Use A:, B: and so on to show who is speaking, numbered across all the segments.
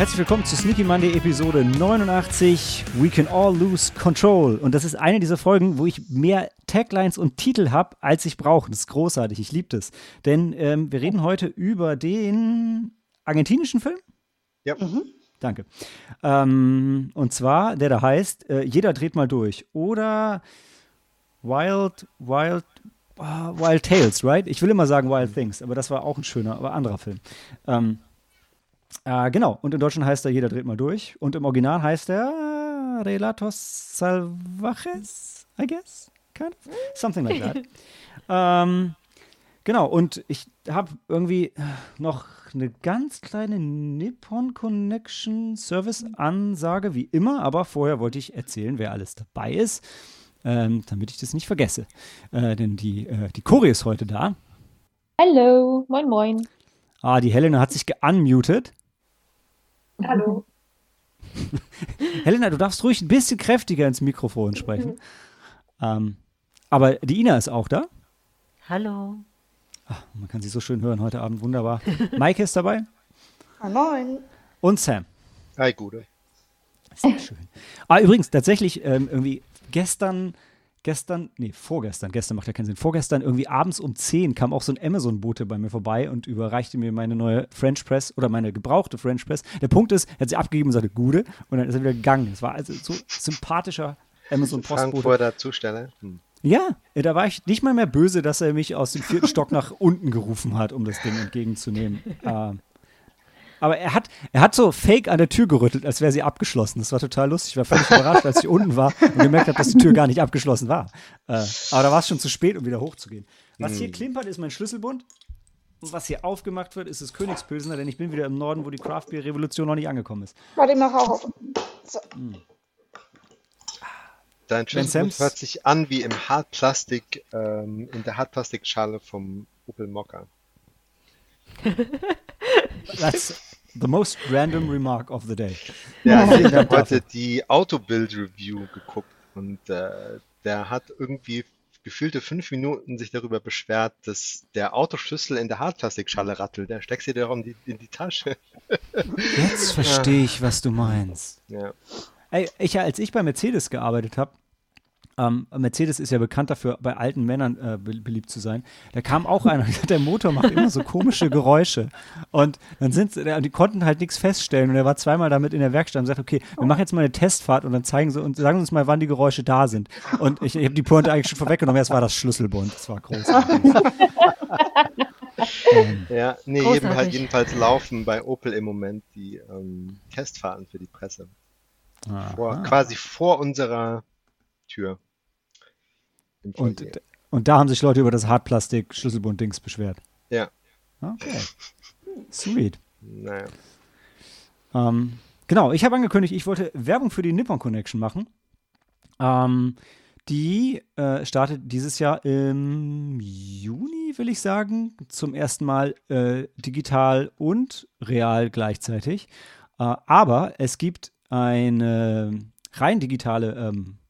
A: Herzlich willkommen zu Sneaky Monday Episode 89, We Can All Lose Control. Und das ist eine dieser Folgen, wo ich mehr Taglines und Titel habe, als ich brauche. Das ist großartig, ich liebe das. Denn wir reden heute über den argentinischen Film?
B: Ja.
A: Danke. Und zwar, der da heißt, Jeder dreht mal durch. Oder Wild Tales, right? Ich will immer sagen Wild Things, aber das war auch ein schöner, aber anderer Film. Genau, und in Deutschland heißt er Jeder dreht mal durch. Und im Original heißt er Relatos Salvajes, I guess? Kind of? Something like that. Genau, und ich habe irgendwie noch eine ganz kleine Nippon Connection Service Ansage, wie immer. Aber vorher wollte ich erzählen, wer alles dabei ist, damit ich das nicht vergesse. Denn die Cori ist heute da.
C: Hallo, moin moin.
A: Die Helena hat sich geunmutet.
C: Hallo.
A: Helena, du darfst ruhig ein bisschen kräftiger ins Mikrofon sprechen. Aber die Ina ist auch da.
D: Hallo.
A: Man kann sie so schön hören heute Abend, wunderbar. Maike ist dabei.
E: Moin.
A: Und Sam.
B: Hi, Gude.
A: Sehr schön. Übrigens, tatsächlich irgendwie vorgestern macht ja keinen Sinn, vorgestern irgendwie abends um 10 kam auch so ein Amazon-Bote bei mir vorbei und überreichte mir meine neue French Press oder meine gebrauchte French Press. Der Punkt ist, er hat sie abgegeben und sagte, Gude, und dann ist er wieder gegangen. Das war also so sympathischer Amazon-Postbote.
B: Frankfurter Zusteller.
A: Ja, da war ich nicht mal mehr böse, dass er mich aus dem 4. Stock nach unten gerufen hat, um das Ding entgegenzunehmen. Aber er hat so fake an der Tür gerüttelt, als wäre sie abgeschlossen. Das war total lustig. Ich war völlig überrascht, als ich unten war und gemerkt habe, dass die Tür gar nicht abgeschlossen war. Aber da war es schon zu spät, um wieder hochzugehen. Was hier klimpert, ist mein Schlüsselbund. Und was hier aufgemacht wird, ist das Königspilsner, denn ich bin wieder im Norden, wo die Craft-Bier-Revolution noch nicht angekommen ist.
E: Warte, ich mach auch auf. So.
B: Dein Schlüsselbund hört sich an wie in der Hartplastikschale vom Opel Mokka.
A: That's the most random remark of the day.
B: Ja, ich habe heute die Autobild-Review geguckt und der hat irgendwie gefühlte 5 Minuten sich darüber beschwert, dass der Autoschlüssel in der Hartplastikschale rattelt. Der steckt sie doch in die Tasche.
A: Jetzt verstehe ich, was du meinst.
B: Ja.
A: Ey, als ich bei Mercedes gearbeitet habe, Mercedes ist ja bekannt dafür, bei alten Männern beliebt zu sein. Da kam auch einer, der Motor macht immer so komische Geräusche. Und dann die konnten halt nichts feststellen. Und er war zweimal damit in der Werkstatt und sagt, okay, wir machen jetzt mal eine Testfahrt und dann sagen sie uns mal, wann die Geräusche da sind. Und ich habe die Pointe eigentlich schon vorweggenommen. Es war das Schlüsselbund. Das war großartig.
B: Ja, nee, jedenfalls laufen bei Opel im Moment die Testfahrten für die Presse. Quasi vor unserer Tür.
A: Und da haben sich Leute über das Hartplastik-Schlüsselbund-Dings beschwert.
B: Ja.
A: Okay. Sweet.
B: Naja.
A: Genau, ich habe angekündigt, ich wollte Werbung für die Nippon Connection machen. Die startet dieses Jahr im Juni, will ich sagen. Zum ersten Mal digital und real gleichzeitig. Aber es gibt eine rein digitale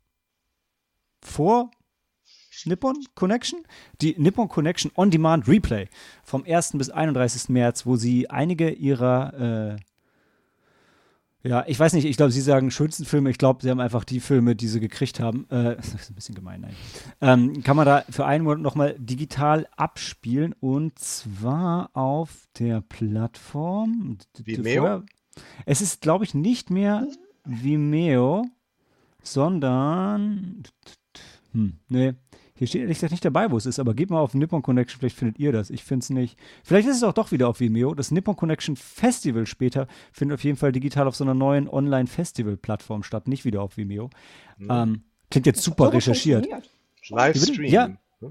A: Nippon Connection, die Nippon Connection On Demand Replay vom 1. bis 31. März, wo sie einige ihrer ich weiß nicht, ich glaube, sie sagen schönsten Filme, ich glaube, sie haben einfach die Filme, die sie gekriegt haben, das ist ein bisschen gemein, nein, kann man da für einen Monat nochmal digital abspielen und zwar auf der Plattform
B: Vimeo?
A: Es ist, glaube ich, nicht mehr Vimeo, sondern nee, hier steht ehrlich gesagt nicht dabei, wo es ist, aber geht mal auf Nippon Connection, vielleicht findet ihr das. Ich finde es nicht. Vielleicht ist es auch doch wieder auf Vimeo. Das Nippon Connection Festival später findet auf jeden Fall digital auf so einer neuen Online-Festival-Plattform statt, nicht wieder auf Vimeo. Klingt jetzt super recherchiert.
B: Livestream.
A: Ja.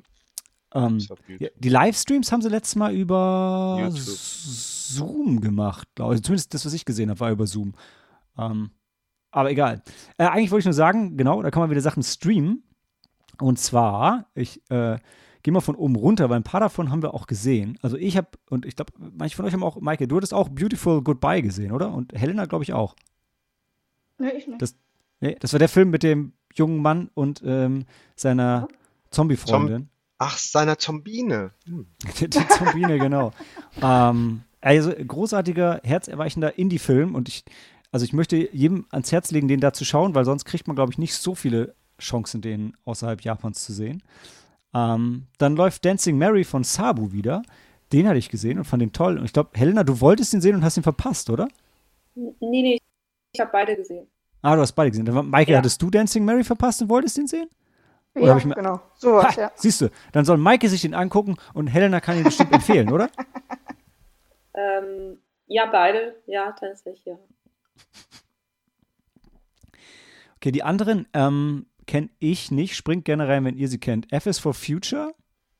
A: Die Livestreams haben sie letztes Mal über
B: YouTube.
A: Zoom gemacht, glaube ich. Zumindest das, was ich gesehen habe, war über Zoom. Aber egal. Eigentlich wollte ich nur sagen, genau, da kann man wieder Sachen streamen. Und zwar, ich gehe mal von oben runter, weil ein paar davon haben wir auch gesehen. Also ich habe, und ich glaube, manche von euch haben auch, Maike, du hattest auch Beautiful Goodbye gesehen, oder? Und Helena, glaube ich, auch.
E: Nee, ich nicht.
A: Das war der Film mit dem jungen Mann und seiner Zombie-Freundin.
B: Ach, seiner Zombine.
A: Die Zombine, genau. Also großartiger, herzerweichender Indie-Film und ich möchte jedem ans Herz legen, den da zu schauen, weil sonst kriegt man, glaube ich, nicht so viele Chancen, den außerhalb Japans zu sehen. Dann läuft Dancing Mary von Sabu wieder. Den hatte ich gesehen und fand den toll. Und ich glaube, Helena, du wolltest ihn sehen und hast ihn verpasst, oder?
C: Nee, ich habe beide gesehen.
A: Ah, du hast beide gesehen. Maike,
C: Ja.
A: hattest du Dancing Mary verpasst und wolltest ihn sehen? Oder hab ich mir-
E: genau. Sowas,
A: Ha,
E: ja.
A: siehst du, dann soll Maike sich den angucken und Helena kann ihn bestimmt empfehlen, oder?
C: Ja, beide. Ja, tatsächlich, ja.
A: Okay, die anderen kenne ich nicht. Springt gerne rein, wenn ihr sie kennt. F is for Future.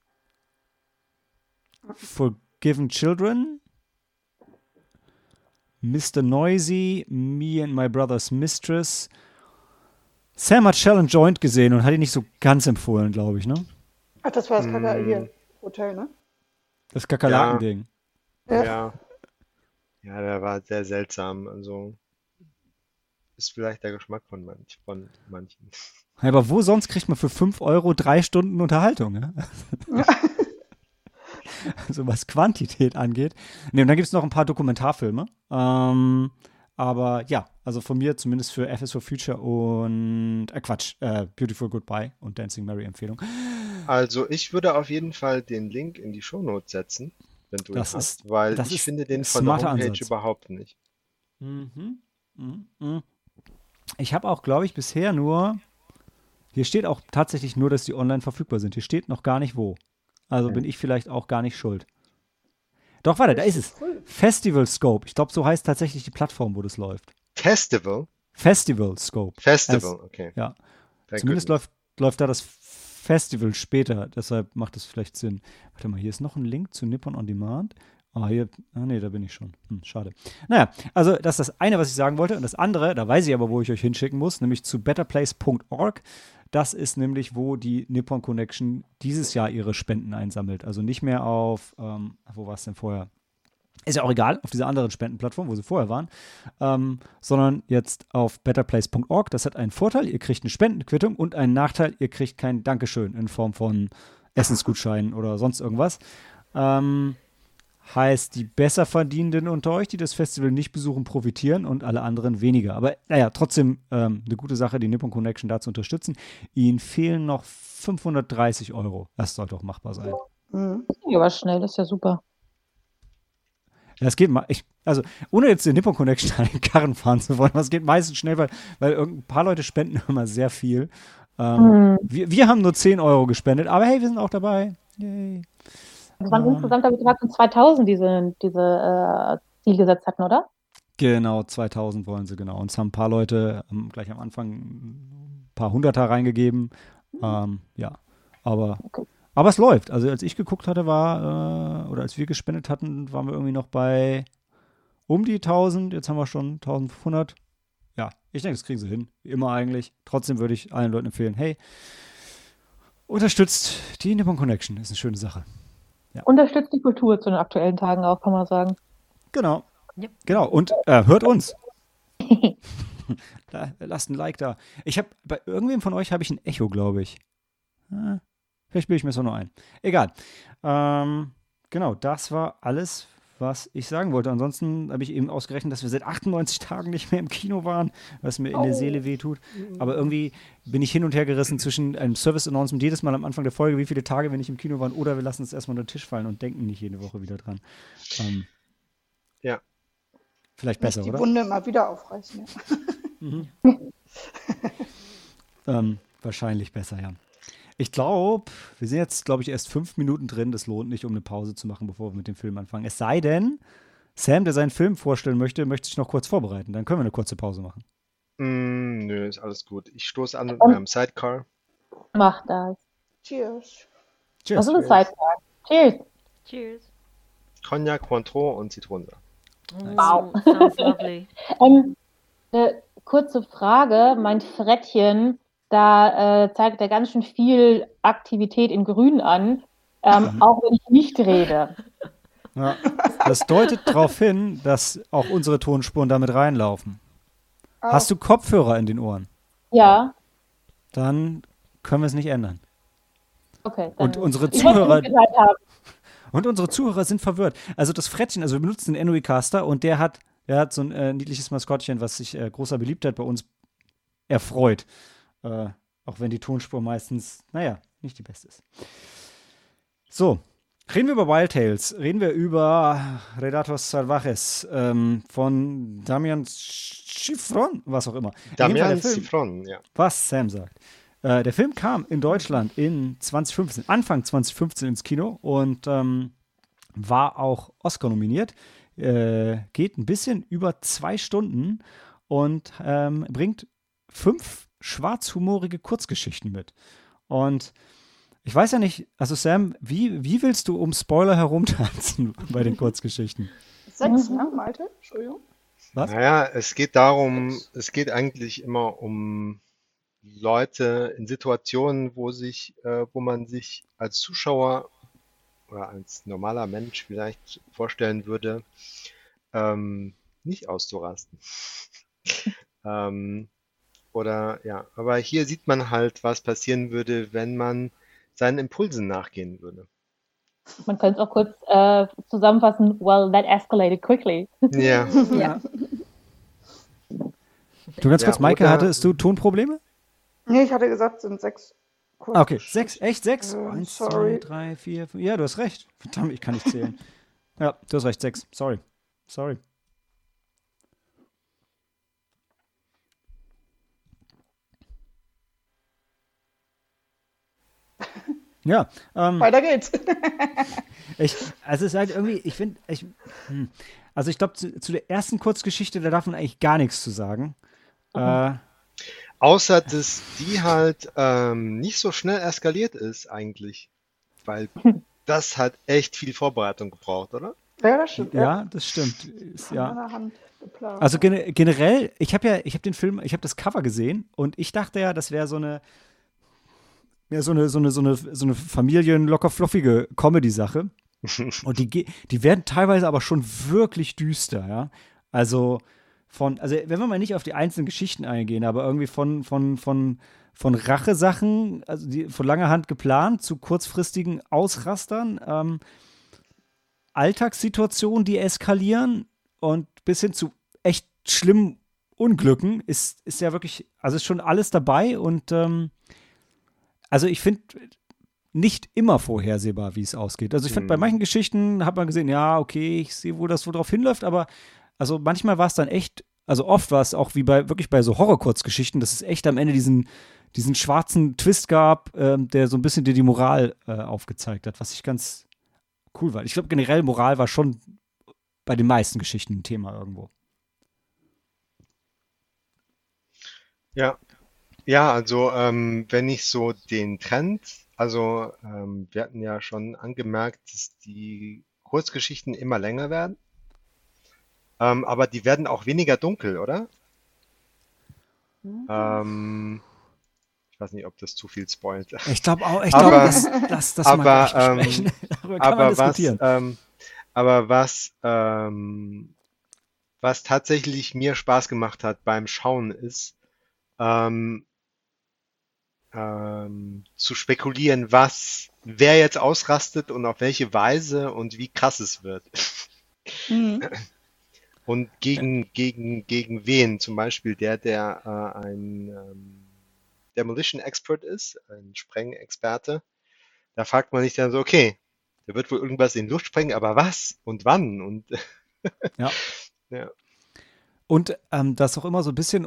A: Forgiven Children. Mr. Noisy. Me and My Brother's Mistress. Sam hat Shell and Joint gesehen und hat ihn nicht so ganz empfohlen, glaube ich, ne?
E: Ach, das war das hier Hotel, ne?
A: Das Kakerlaken-Ding.
B: Ja. Ja, der war sehr seltsam. Also ist vielleicht der Geschmack von manchen.
A: Ja, aber wo sonst kriegt man für 5 Euro 3 Stunden Unterhaltung? Ja? Also was Quantität angeht. Ne, und dann gibt es noch ein paar Dokumentarfilme. Aber ja, also von mir zumindest für F is for Future und Beautiful Goodbye und Dancing Mary Empfehlung.
B: Also ich würde auf jeden Fall den Link in die Shownotes setzen, wenn du ihn
A: Das
B: hast,
A: ist-
B: weil
A: das
B: ich
A: ist
B: finde den
A: ein
B: von der
A: smarter
B: Homepage
A: Ansatz.
B: überhaupt nicht.
A: Ich habe auch, glaube ich, bisher nur, hier steht auch tatsächlich nur, dass die online verfügbar sind. Hier steht noch gar nicht wo. Also bin ich vielleicht auch gar nicht schuld. Doch, warte, da ist es. Festival Scope. Ich glaube, so heißt tatsächlich die Plattform, wo das läuft.
B: Festival?
A: Festival Scope.
B: Festival, okay.
A: Ja.
B: Thank
A: Zumindest
B: goodness.
A: läuft da das Festival später. Deshalb macht es vielleicht Sinn. Warte mal, hier ist noch ein Link zu Nippon On Demand. Nee, da bin ich schon. Schade. Naja, also das ist das eine, was ich sagen wollte. Und das andere, da weiß ich aber, wo ich euch hinschicken muss, nämlich zu betterplace.org. Das ist nämlich, wo die Nippon Connection dieses Jahr ihre Spenden einsammelt. Also nicht mehr auf, wo war es denn vorher? Ist ja auch egal, auf dieser anderen Spendenplattform, wo sie vorher waren, sondern jetzt auf betterplace.org. Das hat einen Vorteil, ihr kriegt eine Spendenquittung und einen Nachteil, ihr kriegt kein Dankeschön in Form von Essensgutscheinen oder sonst irgendwas. Heißt, die Besserverdienenden unter euch, die das Festival nicht besuchen, profitieren und alle anderen weniger. Aber naja, trotzdem eine gute Sache, die Nippon Connection da zu unterstützen. Ihnen fehlen noch 530 Euro. Das sollte auch machbar sein.
C: Ja, aber schnell, das ist ja super.
A: Ja, es geht also ohne jetzt den Nippon Connection an den Karren fahren zu wollen, aber es geht meistens schnell, weil ein paar Leute spenden immer sehr viel. Wir haben nur 10 Euro gespendet, aber hey, wir sind auch dabei. Yay.
C: Das waren insgesamt der Betrag von 2000, diese Ziel gesetzt hatten, oder?
A: Genau, 2000 wollen sie, genau. Und es haben ein paar Leute gleich am Anfang ein paar Hunderter reingegeben. Ja, aber es läuft. Also als ich geguckt hatte, oder als wir gespendet hatten, waren wir irgendwie noch bei um die 1000. Jetzt haben wir schon 1500. Ja, ich denke, das kriegen sie hin. Wie immer eigentlich. Trotzdem würde ich allen Leuten empfehlen, hey, unterstützt die Nippon Connection. Ist eine schöne Sache. Ja.
C: Unterstützt die Kultur zu den aktuellen Tagen auch, kann man sagen.
A: Genau.
D: Yep.
A: Genau. Und hört uns. Lasst ein Like da. Bei irgendwem von euch habe ich ein Echo, glaube ich. Vielleicht bilde ich mir das auch nur ein. Egal. Genau, das war alles, was ich sagen wollte. Ansonsten habe ich eben ausgerechnet, dass wir seit 98 Tagen nicht mehr im Kino waren, was mir in der Seele wehtut. Aber irgendwie bin ich hin und her gerissen zwischen einem Service-Announcement jedes Mal am Anfang der Folge, wie viele Tage wir nicht im Kino waren, oder wir lassen es erstmal unter den Tisch fallen und denken nicht jede Woche wieder dran.
B: Ja.
A: Vielleicht
E: Nicht
A: besser,
E: die
A: oder?
E: Wunde mal wieder aufreißen. Ja.
A: Wahrscheinlich besser, ja. Ich glaube, wir sind jetzt, glaube ich, erst 5 Minuten drin. Das lohnt nicht, um eine Pause zu machen, bevor wir mit dem Film anfangen. Es sei denn, Sam, der seinen Film vorstellen möchte sich noch kurz vorbereiten. Dann können wir eine kurze Pause machen.
B: Nö, ist alles gut. Ich stoße an mit meinem Sidecar.
C: Mach das.
E: Cheers.
A: Cheers.
C: Was ist ein Sidecar? Cheers.
D: Cheers.
B: Cognac, Cointreau und Zitronensaft.
C: Wow.
D: Sounds lovely.
C: Kurze Frage. Mein Frettchen, da zeigt er ganz schön viel Aktivität in Grün an, auch wenn ich nicht rede.
A: Ja, das deutet darauf hin, dass auch unsere Tonspuren damit reinlaufen. Hast du Kopfhörer in den Ohren?
C: Ja,
A: Dann können wir es nicht ändern.
C: okay.
A: Und unsere
C: Ich wollte
A: Zuhörer,
C: es gesagt haben.
A: Und unsere Zuhörer sind verwirrt. Also das Frettchen, also wir benutzen den Enui-Caster und der hat so ein niedliches Maskottchen, was sich großer Beliebtheit bei uns erfreut. Auch wenn die Tonspur meistens, nicht die beste ist. So, reden wir über Wild Tales. Reden wir über Relatos Salvajes von Damian Schifron, was auch immer.
B: Damian Schifron, ja.
A: Was Sam sagt. Der Film kam in Deutschland in 2015, Anfang 2015 ins Kino und war auch Oscar nominiert. Geht ein bisschen über 2 Stunden und bringt 5 schwarzhumorige Kurzgeschichten mit. Und ich weiß ja nicht, also Sam, wie willst du um Spoiler herumtanzen bei den Kurzgeschichten?
E: 6, ne, Malte? Entschuldigung.
A: Was?
B: Naja, es geht eigentlich immer um Leute in Situationen, wo man sich als Zuschauer oder als normaler Mensch vielleicht vorstellen würde, nicht auszurasten. Aber hier sieht man halt, was passieren würde, wenn man seinen Impulsen nachgehen würde.
C: Man könnte es auch kurz zusammenfassen, well, that escalated quickly.
B: Ja.
C: Ja.
A: Du ganz kurz, Maike, hattest du Tonprobleme?
E: Nee, ich hatte gesagt, es sind 6.
A: Okay, 6, echt 6? 1, 2,
E: sorry.
A: 3, 4, 5. Ja, du hast recht. Verdammt, ich kann nicht zählen. Ja, du hast recht, 6. Sorry. Ja,
E: Weiter geht's.
A: also es ist halt irgendwie, also ich glaube, zu der ersten Kurzgeschichte, da darf man eigentlich gar nichts zu sagen.
B: Außer, dass die halt nicht so schnell eskaliert ist eigentlich. Weil das hat echt viel Vorbereitung gebraucht, oder?
E: Ja, das stimmt.
A: Ja, das stimmt.
E: Von meiner Hand geplant.
A: Also generell, ich habe den Film, ich habe das Cover gesehen und ich dachte ja, das wäre so eine familienlocker fluffige Comedy-Sache. Und die werden teilweise aber schon wirklich düster, ja. Also wenn wir mal nicht auf die einzelnen Geschichten eingehen, aber irgendwie von Rachesachen, also die von langer Hand geplant, zu kurzfristigen Ausrastern, Alltagssituationen, die eskalieren und bis hin zu echt schlimmen Unglücken ist ja wirklich, also ist schon alles dabei und also ich finde nicht immer vorhersehbar, wie es ausgeht. Also ich finde, bei manchen Geschichten hat man gesehen, ja, okay, ich sehe, wo das drauf hinläuft, aber also manchmal war es dann echt, also oft war es auch wie wirklich bei so Horror-Kurzgeschichten, dass es echt am Ende diesen schwarzen Twist gab, der so ein bisschen dir die Moral aufgezeigt hat, was ich ganz cool war. Ich glaube, generell Moral war schon bei den meisten Geschichten ein Thema irgendwo.
B: Ja. Ja, also wenn ich so den Trend, also wir hatten ja schon angemerkt, dass die Kurzgeschichten immer länger werden, aber die werden auch weniger dunkel, oder? Ich weiß nicht, ob das zu viel spoilt.
A: Ich glaube auch,
B: Aber-
A: das
B: aber,
A: mal echt besprechen. Darüber kann man diskutieren.
B: Was tatsächlich mir Spaß gemacht hat beim Schauen ist, ähm, zu spekulieren, wer jetzt ausrastet und auf welche Weise und wie krass es wird.
E: Mhm.
B: Und gegen wen? Zum Beispiel der ein Demolition Expert ist, ein Sprengexperte. Da fragt man sich dann so, okay, der wird wohl irgendwas in die Luft sprengen, aber was und wann? Und
A: Ja.
B: ja.
A: Und dass auch immer so ein bisschen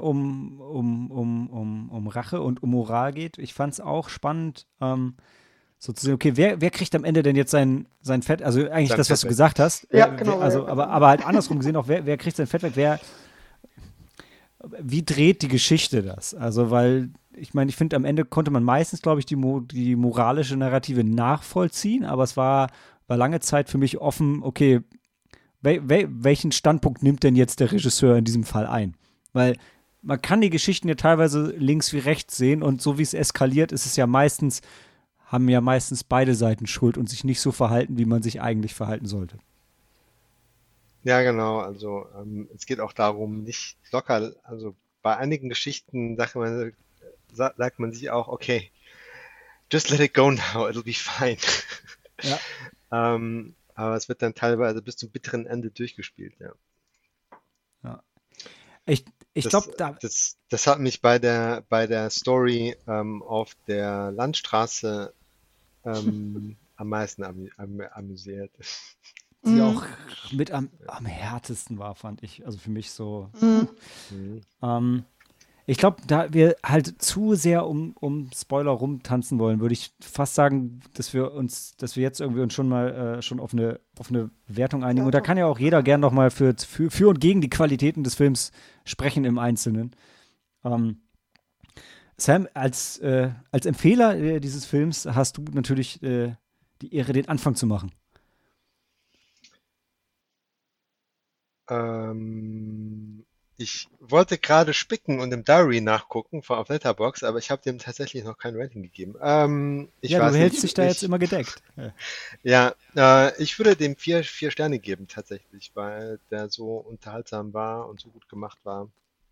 A: um Rache und um Moral geht. Ich fand es auch spannend, so zu sehen, okay, wer kriegt am Ende denn jetzt sein Fett, also eigentlich
B: Sein
A: das, was
B: Fett
A: du
B: weg.
A: gesagt hast.
E: Ja, genau.
A: Also, aber halt andersrum gesehen auch, wer kriegt sein Fett weg, wie dreht die Geschichte das? Also, weil, ich meine, ich finde, am Ende konnte man meistens, glaube ich, die moralische Narrative nachvollziehen, aber es war lange Zeit für mich offen, okay, welchen Standpunkt nimmt denn jetzt der Regisseur in diesem Fall ein? Weil man kann die Geschichten ja teilweise links wie rechts sehen und so wie es eskaliert, haben ja meistens beide Seiten Schuld und sich nicht so verhalten, wie man sich eigentlich verhalten sollte.
B: Ja, genau. Also es geht auch darum, nicht locker, also bei einigen Geschichten sagt man sich auch, okay, just let it go now, it'll be fine.
A: Ja.
B: Aber es wird dann teilweise bis zum bitteren Ende durchgespielt, ja.
A: Ja. Ich
B: Das,
A: glaube, da.
B: das hat mich bei der Story auf der Landstraße am meisten amüsiert.
A: Die auch mit am härtesten war, fand ich. Also für mich so.
B: Mhm.
A: Ich glaube, da wir halt zu sehr um Spoiler rumtanzen wollen, würde ich fast sagen, dass wir jetzt irgendwie uns schon mal schon auf eine Wertung einigen. Und da kann ja auch jeder gern noch mal für und gegen die Qualitäten des Films sprechen im Einzelnen. Sam, als Empfehler dieses Films hast du natürlich die Ehre, den Anfang zu machen.
B: Ich wollte gerade spicken und im Diary nachgucken auf Letterboxd, aber ich habe dem tatsächlich noch kein Rating gegeben. Ich
A: Ja, du
B: weiß
A: hältst
B: nicht.
A: dich da jetzt immer gedeckt.
B: Ja, ich würde dem vier Sterne geben tatsächlich, weil der so unterhaltsam war und so gut gemacht war.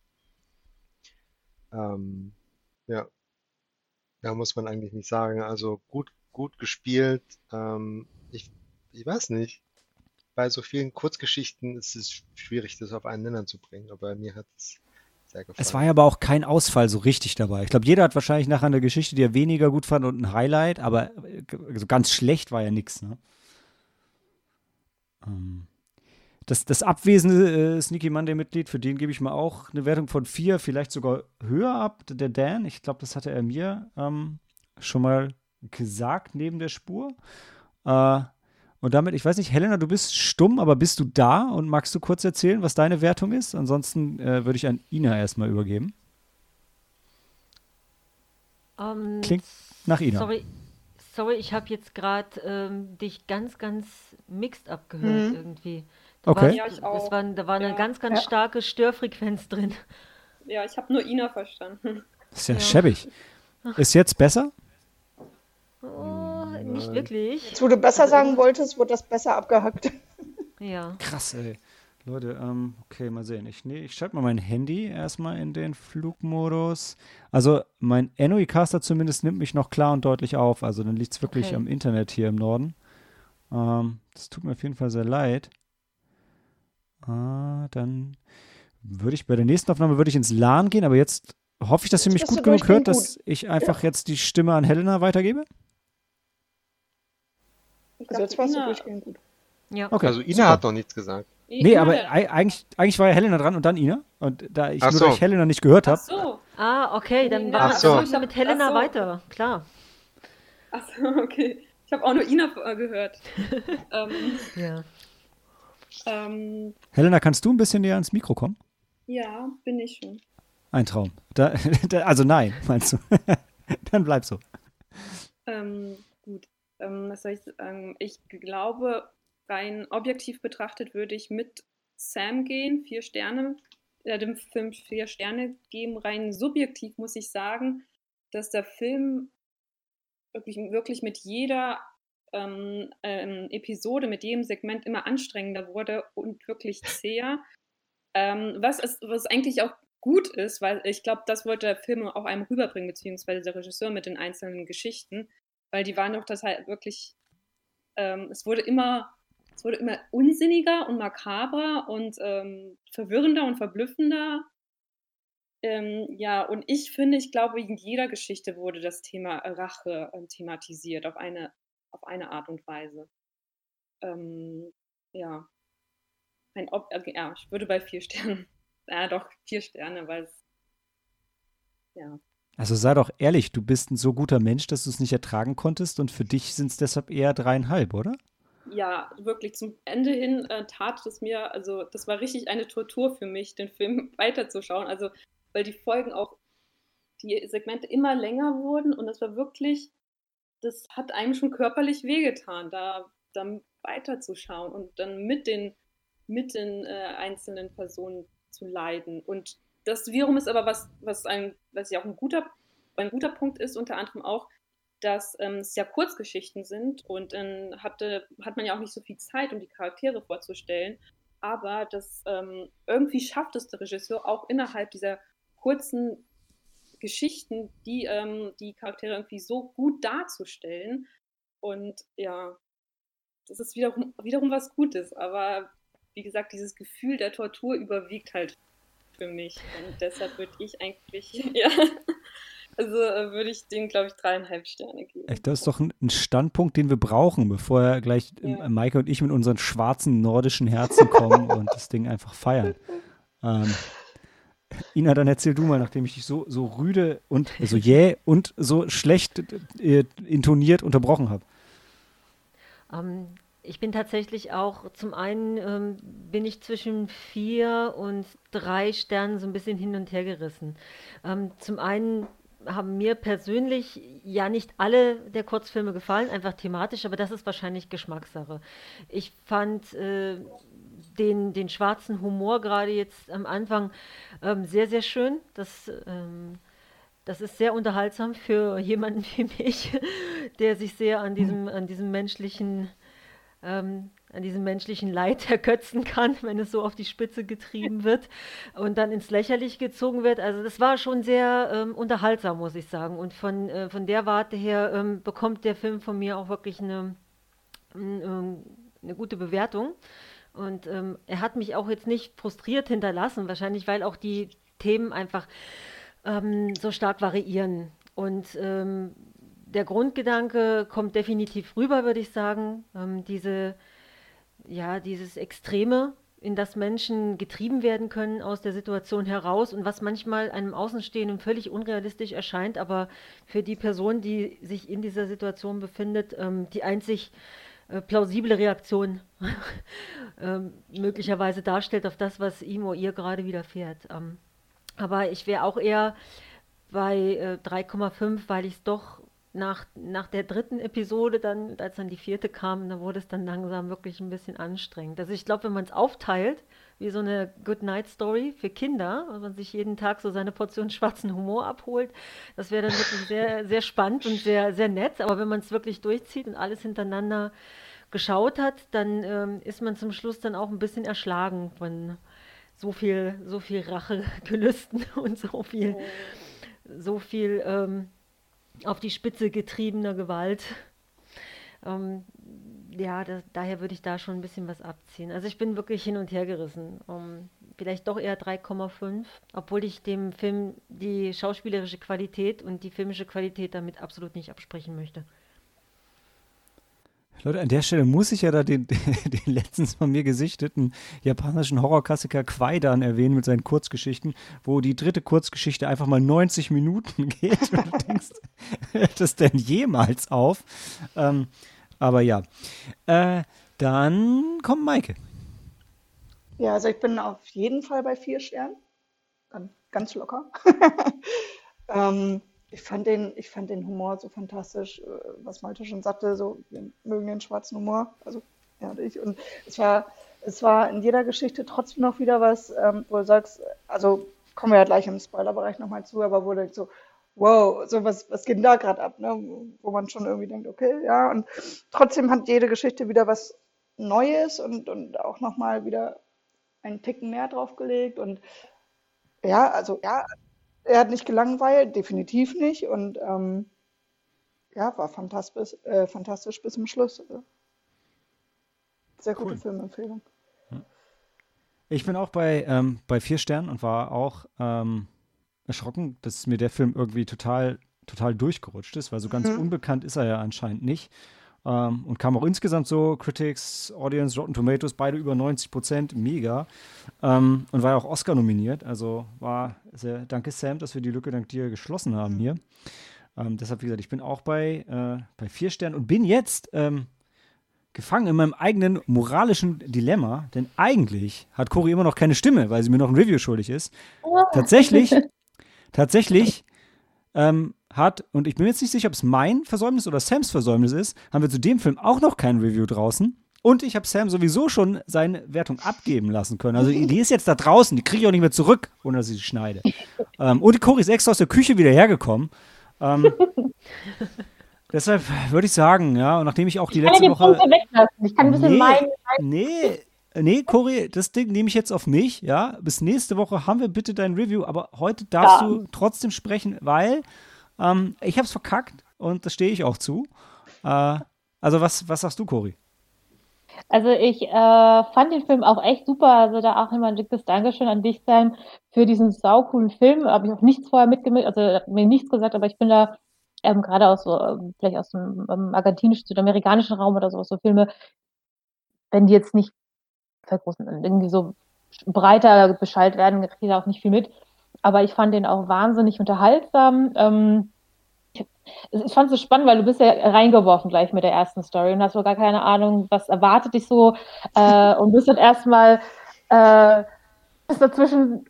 B: Ähm, ja, da muss man eigentlich nicht sagen. Also gut gespielt. Ich weiß nicht. Bei so vielen Kurzgeschichten ist es schwierig, das auf einen Nenner zu bringen, aber mir hat es sehr
A: Es war
B: gefallen.
A: ja aber auch kein Ausfall so richtig dabei. Ich glaube, jeder hat wahrscheinlich nachher eine Geschichte, die er weniger gut fand und ein Highlight, aber so ganz schlecht war ja nichts. Ne? Ähm, das abwesende Sneaky Monday-Mitglied, für den gebe ich mal auch eine Wertung von 4, vielleicht sogar höher ab. Der Dan, ich glaube, das hatte er mir schon mal gesagt neben der Spur. Und damit, ich weiß nicht, Helena, du bist stumm, aber bist du da und magst du kurz erzählen, was deine Wertung ist? Ansonsten würde ich an Ina erstmal übergeben. Klingt nach Ina.
D: Sorry, ich habe jetzt gerade dich ganz, ganz mixed abgehört irgendwie.
A: Okay.
E: Ja, ich auch.
D: Da war eine
E: Ja.
D: ganz, ganz starke Störfrequenz drin.
E: Ja, ich habe nur Ina verstanden.
A: Das ist ja schäbig. Ist jetzt besser?
D: Oh, nicht wirklich.
E: Jetzt, wo du besser sagen wolltest, wurde das besser abgehackt.
D: Ja.
A: Krass, ey. Leute, okay, mal sehen. Ich schalte mal mein Handy erstmal in den Flugmodus. Also mein NOE-Caster zumindest nimmt mich noch klar und deutlich auf. Also dann liegt es wirklich
D: Okay.
A: am Internet hier im Norden. Das tut mir auf jeden Fall sehr leid. Dann würde ich bei der nächsten Aufnahme ins LAN gehen, aber jetzt hoffe ich, dass ihr mich
E: Jetzt
A: gut
E: bist du
A: genug hört,
E: durchgehend
A: dass ich einfach jetzt die Stimme an Helena weitergebe.
E: Also jetzt warst du durchgehend gut.
D: Ja.
A: Okay,
B: Also Ina
A: super.
B: hat noch nichts gesagt.
A: Nee, aber eigentlich war ja Helena dran und dann Ina. Und da ich Helena nicht gehört habe.
E: so.
D: Ah, okay, dann
B: Ach so.
D: machen wir mit Helena weiter. Klar.
E: Ach so, okay. Ich habe auch nur Ina gehört.
D: Ja.
A: Helena, kannst du ein bisschen näher ans Mikro kommen?
E: Ja, bin ich schon.
A: Ein Traum. Also nein, meinst du? Dann bleib so.
E: Gut. Was soll ich sagen? Ich glaube, rein objektiv betrachtet würde ich mit Sam gehen, 4 Sterne, dem Film 4 Sterne geben. Rein subjektiv muss ich sagen, dass der Film wirklich mit jeder Episode, mit jedem Segment immer anstrengender wurde und wirklich zäher. Was eigentlich auch gut ist, weil ich glaube, das wollte der Film auch einem rüberbringen, beziehungsweise der Regisseur mit den einzelnen Geschichten, weil die waren doch das halt wirklich, es wurde immer unsinniger und makaber und verwirrender und verblüffender. Ja, und ich glaube, in jeder Geschichte wurde das Thema Rache thematisiert auf eine Art und Weise. Ja. Ja, ich würde bei 4 Sternen. Ja, doch, 4 Sterne, weil es. Ja.
A: Also sei doch ehrlich, du bist ein so guter Mensch, dass du es nicht ertragen konntest und für dich sind es deshalb eher 3,5, oder?
E: Ja, wirklich zum Ende hin tat es mir, also das war richtig eine Tortur für mich, den Film weiterzuschauen. Also, weil die Folgen auch, die Segmente immer länger wurden und das war wirklich, das hat einem schon körperlich wehgetan, da dann weiterzuschauen und dann mit den einzelnen Personen zu leiden. Und das wiederum ist aber was ja auch ein guter Punkt ist, unter anderem auch, dass es ja Kurzgeschichten sind und hat man ja auch nicht so viel Zeit, um die Charaktere vorzustellen. Aber das irgendwie schafft es der Regisseur auch innerhalb dieser kurzen Geschichten, die Charaktere irgendwie so gut darzustellen. Und ja, das ist wiederum was Gutes, aber wie gesagt, dieses Gefühl der Tortur überwiegt halt für mich und deshalb würde ich eigentlich, ja, also würde ich dem, glaube ich, 3,5 Sterne geben.
A: Echt, das ist doch ein Standpunkt, den wir brauchen, bevor gleich Maike und ich mit unseren schwarzen nordischen Herzen kommen und das Ding einfach feiern. Ina, dann erzähl du mal, nachdem ich dich so rüde und so jäh und so schlecht intoniert unterbrochen habe.
D: Ich bin tatsächlich auch, zum einen bin ich zwischen 4 und 3 Sternen so ein bisschen hin und her gerissen. Zum einen haben mir persönlich ja nicht alle der Kurzfilme gefallen, einfach thematisch, aber das ist wahrscheinlich Geschmackssache. Ich fand den schwarzen Humor gerade jetzt am Anfang sehr, sehr schön. Das ist sehr unterhaltsam für jemanden wie mich, der sich sehr an diesem menschlichen Leid ergötzen kann, wenn es so auf die Spitze getrieben wird und dann ins Lächerliche gezogen wird. Also das war schon sehr unterhaltsam, muss ich sagen. Und von der Warte her bekommt der Film von mir auch wirklich eine gute Bewertung. Und er hat mich auch jetzt nicht frustriert hinterlassen, wahrscheinlich weil auch die Themen einfach so stark variieren. Und der Grundgedanke kommt definitiv rüber, würde ich sagen. Dieses Extreme, in das Menschen getrieben werden können aus der Situation heraus und was manchmal einem Außenstehenden völlig unrealistisch erscheint, aber für die Person, die sich in dieser Situation befindet, die einzig plausible Reaktion möglicherweise darstellt auf das, was ihm oder ihr gerade widerfährt. Aber ich wäre auch eher bei 3,5, weil ich es doch nach der dritten Episode, dann, als dann die vierte kam, da wurde es dann langsam wirklich ein bisschen anstrengend. Also ich glaube, wenn man es aufteilt, wie so eine Good-Night-Story für Kinder, wenn man sich jeden Tag so seine Portion schwarzen Humor abholt, das wäre dann wirklich sehr, sehr spannend und sehr, sehr nett. Aber wenn man es wirklich durchzieht und alles hintereinander geschaut hat, dann ist man zum Schluss dann auch ein bisschen erschlagen von so viel Rachegelüsten und so viel auf die Spitze getriebener Gewalt. Daher würde ich da schon ein bisschen was abziehen. Also ich bin wirklich hin und her gerissen. Vielleicht doch eher 3,5, obwohl ich dem Film die schauspielerische Qualität und die filmische Qualität damit absolut nicht absprechen möchte.
A: Leute, an der Stelle muss ich ja da den letztens von mir gesichteten japanischen Horrorklassiker Kwaidan erwähnen mit seinen Kurzgeschichten, wo die dritte Kurzgeschichte einfach mal 90 Minuten geht und du denkst, hört das denn jemals auf? Aber ja, dann kommt Maike.
F: Ja, also ich bin auf jeden Fall bei 4 Sternen, ganz locker. Ich fand den Humor so fantastisch, was Malte schon sagte, so, wir mögen den schwarzen Humor, also er und ich. Und es war in jeder Geschichte trotzdem noch wieder was, wo du sagst, also kommen wir ja gleich im Spoilerbereich nochmal zu, aber wo du denkst so, wow, so was geht denn da gerade ab, ne? Wo man schon irgendwie denkt, okay, ja. Und trotzdem hat jede Geschichte wieder was Neues und auch nochmal wieder einen Ticken mehr draufgelegt. Und ja, also ja. Er hat nicht gelangweilt, definitiv nicht. Und war fantastisch bis zum Schluss. Sehr gute Filmempfehlung.
A: Ich bin auch bei 4 Sternen und war auch erschrocken, dass mir der Film irgendwie total durchgerutscht ist, weil so ganz unbekannt ist er ja anscheinend nicht. Und kam auch insgesamt so, Critics, Audience, Rotten Tomatoes, beide über 90%, mega. Und war ja auch Oscar nominiert, also war sehr, danke Sam, dass wir die Lücke dank dir geschlossen haben hier. Deshalb, wie gesagt, ich bin auch bei 4 Sternen und bin jetzt gefangen in meinem eigenen moralischen Dilemma, denn eigentlich hat Cori immer noch keine Stimme, weil sie mir noch ein Review schuldig ist. Tatsächlich und ich bin mir jetzt nicht sicher, ob es mein Versäumnis oder Sams Versäumnis ist, haben wir zu dem Film auch noch kein Review draußen. Und ich habe Sam sowieso schon seine Wertung abgeben lassen können. Also die ist jetzt da draußen, die kriege ich auch nicht mehr zurück, ohne dass ich sie schneide. Und die Cori ist extra aus der Küche wieder hergekommen. Deshalb würde ich sagen, ja, und nachdem ich auch die letzte Woche...
C: Ich kann ein bisschen
A: Nee, Cori, das Ding nehme ich jetzt auf mich, ja. Bis nächste Woche haben wir bitte dein Review, aber heute darfst du trotzdem sprechen, weil ich habe es verkackt und das stehe ich auch zu. Also was sagst du, Cori?
C: Also ich fand den Film auch echt super. Also da auch immer ein dickes Dankeschön an dich, Sam, für diesen saucoolen Film. Habe ich auch nichts vorher mitgemacht, also er hat mir nichts gesagt, aber ich bin da gerade aus so, vielleicht aus dem argentinischen, südamerikanischen Raum oder so Filme, wenn die jetzt nicht irgendwie so breiter beschallt werden, kriege ich da auch nicht viel mit. Aber ich fand den auch wahnsinnig unterhaltsam. Ich fand es so spannend, weil du bist ja reingeworfen gleich mit der ersten Story und hast so gar keine Ahnung, was erwartet dich so und bist dann erstmal bist dazwischen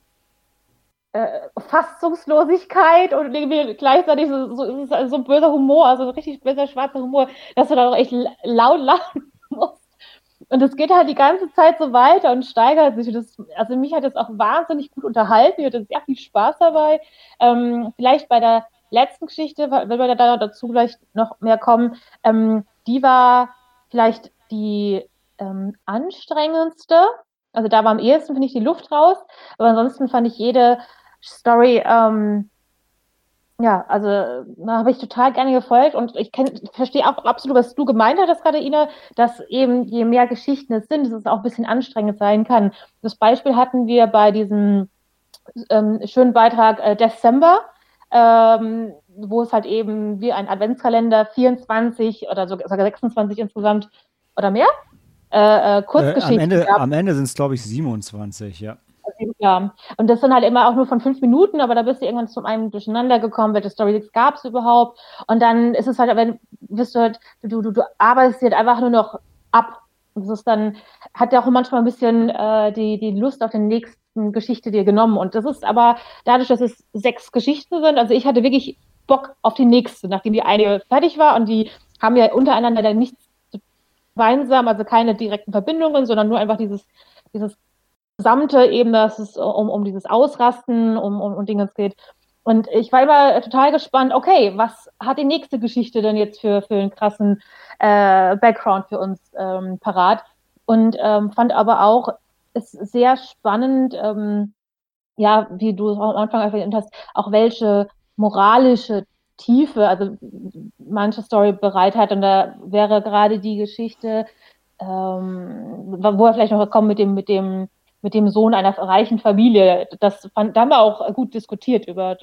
C: Fassungslosigkeit und irgendwie gleichzeitig so ein böser Humor, also so richtig böser schwarzer Humor, dass du da auch echt laut lachen musst. Und es geht halt die ganze Zeit so weiter und steigert sich. Also mich hat das auch wahnsinnig gut unterhalten. Ich hatte sehr viel Spaß dabei. Vielleicht bei der letzten Geschichte, wenn wir da dazu gleich noch mehr kommen, die war vielleicht die anstrengendste. Also da war am ehesten, finde ich, die Luft raus. Aber ansonsten fand ich jede Story ja, also da habe ich total gerne gefolgt und ich verstehe auch absolut, was du gemeint hattest gerade, Ina, dass eben je mehr Geschichten es sind, dass es auch ein bisschen anstrengend sein kann. Das Beispiel hatten wir bei diesem schönen Beitrag December, wo es halt eben wie ein Adventskalender 24 oder sogar 26 insgesamt oder mehr Kurzgeschichten
A: Am Ende sind es, glaube ich, 27, ja.
C: Ja, und das sind halt immer auch nur von 5 Minuten, aber da bist du irgendwann zum einen durcheinander gekommen, welche Storys gab es überhaupt. Und dann ist es halt, wenn bist du halt, du arbeitest halt einfach nur noch ab. Und das ist dann, hat ja auch manchmal ein bisschen die Lust auf die nächsten Geschichte dir genommen. Und das ist aber dadurch, dass es 6 Geschichten sind, also ich hatte wirklich Bock auf die nächste, nachdem die eine fertig war und die haben ja untereinander dann nichts gemeinsam, also keine direkten Verbindungen, sondern nur einfach dieses gesamte eben, dass es um dieses Ausrasten, um Dinge geht. Und ich war immer total gespannt, okay, was hat die nächste Geschichte denn jetzt für einen krassen Background für uns parat? Und fand aber auch es sehr spannend, ja, wie du am Anfang erwähnt hast, auch welche moralische Tiefe, also manche Story bereit hat. Und da wäre gerade die Geschichte, wo er vielleicht noch kommt mit dem Sohn einer reichen Familie. Da haben wir auch gut diskutiert über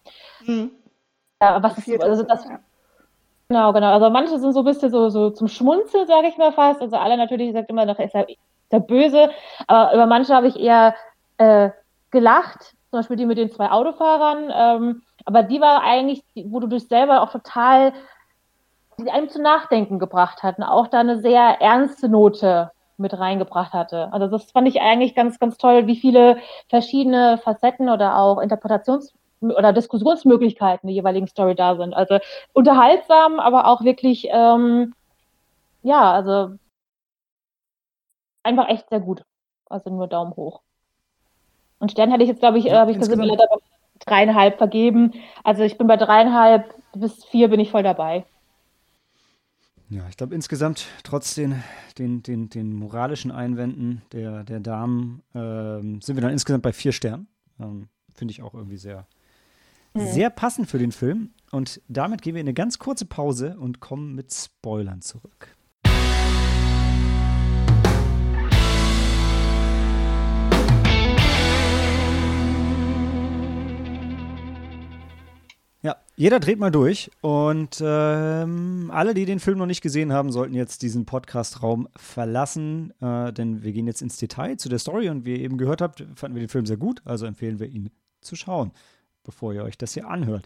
C: was ist, also das, genau. Also manche sind so ein bisschen so zum Schmunzeln, sage ich mal fast. Also alle natürlich sagt immer noch, ist er böse, aber über manche habe ich eher gelacht, zum Beispiel die mit den 2 Autofahrern, aber die war eigentlich, wo du dich selber auch total, die einem zu nachdenken gebracht hatten, auch da eine sehr ernste Note mit reingebracht hatte. Also das fand ich eigentlich ganz, ganz toll, wie viele verschiedene Facetten oder auch Interpretations- oder Diskussionsmöglichkeiten der jeweiligen Story da sind. Also unterhaltsam, aber auch wirklich, ja, also einfach echt sehr gut. Also nur Daumen hoch. Und Stern hätte ich jetzt, glaube ich, habe ich gesehen, 3,5 vergeben. Also ich bin bei 3,5 bis 4 bin ich voll dabei.
A: Ja, ich glaube insgesamt trotz den moralischen Einwänden der Damen sind wir dann insgesamt bei 4 Sternen. Finde ich auch irgendwie sehr passend für den Film. Und damit gehen wir in eine ganz kurze Pause und kommen mit Spoilern zurück. Ja, jeder dreht mal durch und alle, die den Film noch nicht gesehen haben, sollten jetzt diesen Podcast-Raum verlassen, denn wir gehen jetzt ins Detail zu der Story und wie ihr eben gehört habt, fanden wir den Film sehr gut, also empfehlen wir ihn zu schauen, bevor ihr euch das hier anhört.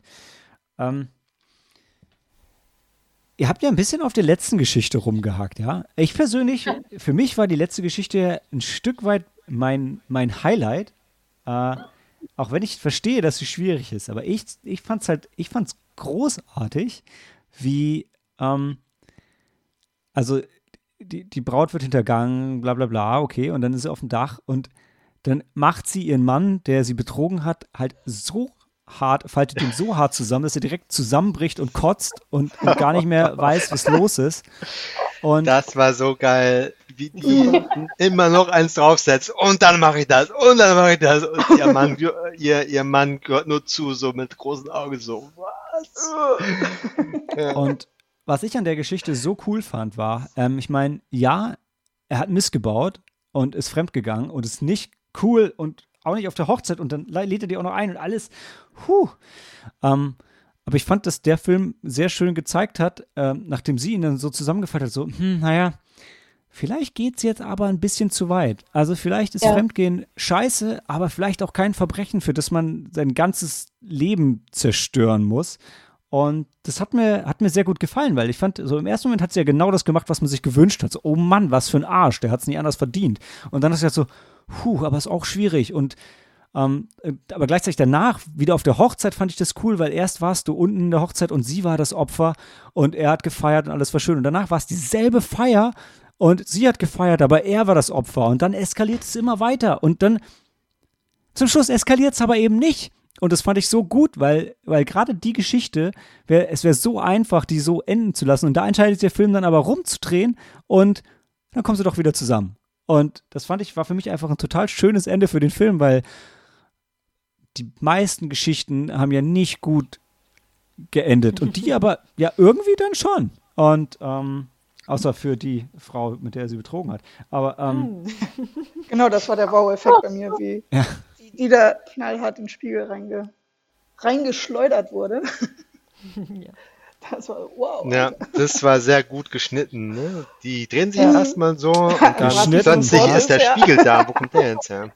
A: Ihr habt ja ein bisschen auf der letzten Geschichte rumgehakt, ja? Ich persönlich, für mich war die letzte Geschichte ein Stück weit mein Highlight, auch wenn ich verstehe, dass sie schwierig ist, aber ich fand's großartig, wie, also die Braut wird hintergangen, bla bla bla, okay, und dann ist sie auf dem Dach und dann macht sie ihren Mann, der sie betrogen hat, halt so hart, faltet ihn so hart zusammen, dass er direkt zusammenbricht und kotzt und gar nicht mehr weiß, was los ist. Und
B: das war so geil, wie die immer noch eins draufsetzt und dann mache ich das und dann mache ich das und ihr Mann gehört nur zu, so mit großen Augen so, was?
A: Und was ich an der Geschichte so cool fand, war, ich meine, ja, er hat Mist gebaut und ist fremdgegangen und ist nicht cool und auch nicht auf der Hochzeit und dann lädt er die auch noch ein und alles. Aber ich fand, dass der Film sehr schön gezeigt hat, nachdem sie ihn dann so zusammengefasst hat, so, naja, vielleicht geht's jetzt aber ein bisschen zu weit. Also vielleicht ist Fremdgehen scheiße, aber vielleicht auch kein Verbrechen, für das man sein ganzes Leben zerstören muss. Und das hat mir sehr gut gefallen, weil ich fand, so im ersten Moment hat sie ja genau das gemacht, was man sich gewünscht hat. So, oh Mann, was für ein Arsch, der hat es nicht anders verdient. Und dann ist es so, aber ist auch schwierig. Und aber gleichzeitig danach, wieder auf der Hochzeit, fand ich das cool, weil erst warst du unten in der Hochzeit und sie war das Opfer und er hat gefeiert und alles war schön. Und danach war es dieselbe Feier und sie hat gefeiert, aber er war das Opfer. Und dann eskaliert es immer weiter. Und dann zum Schluss eskaliert es aber eben nicht. Und das fand ich so gut, weil gerade die Geschichte, es wäre so einfach, die so enden zu lassen. Und da entscheidet sich der Film dann aber rumzudrehen und dann kommen sie doch wieder zusammen. Und das war für mich einfach ein total schönes Ende für den Film, weil die meisten Geschichten haben ja nicht gut geendet. Und die aber ja irgendwie dann schon. Und außer für die Frau, mit der er sie betrogen hat. Aber
F: Genau, das war der Wow-Effekt bei mir, wie die da knallhart in den Spiegel reingeschleudert wurde.
D: Ja.
F: Das war wow.
B: Ja, das war sehr gut geschnitten. Ne? Die drehen sich erstmal so und dann
A: Geschnitten
B: plötzlich
A: war
B: ist der
F: es, ja.
B: Spiegel da. Wo kommt der jetzt her?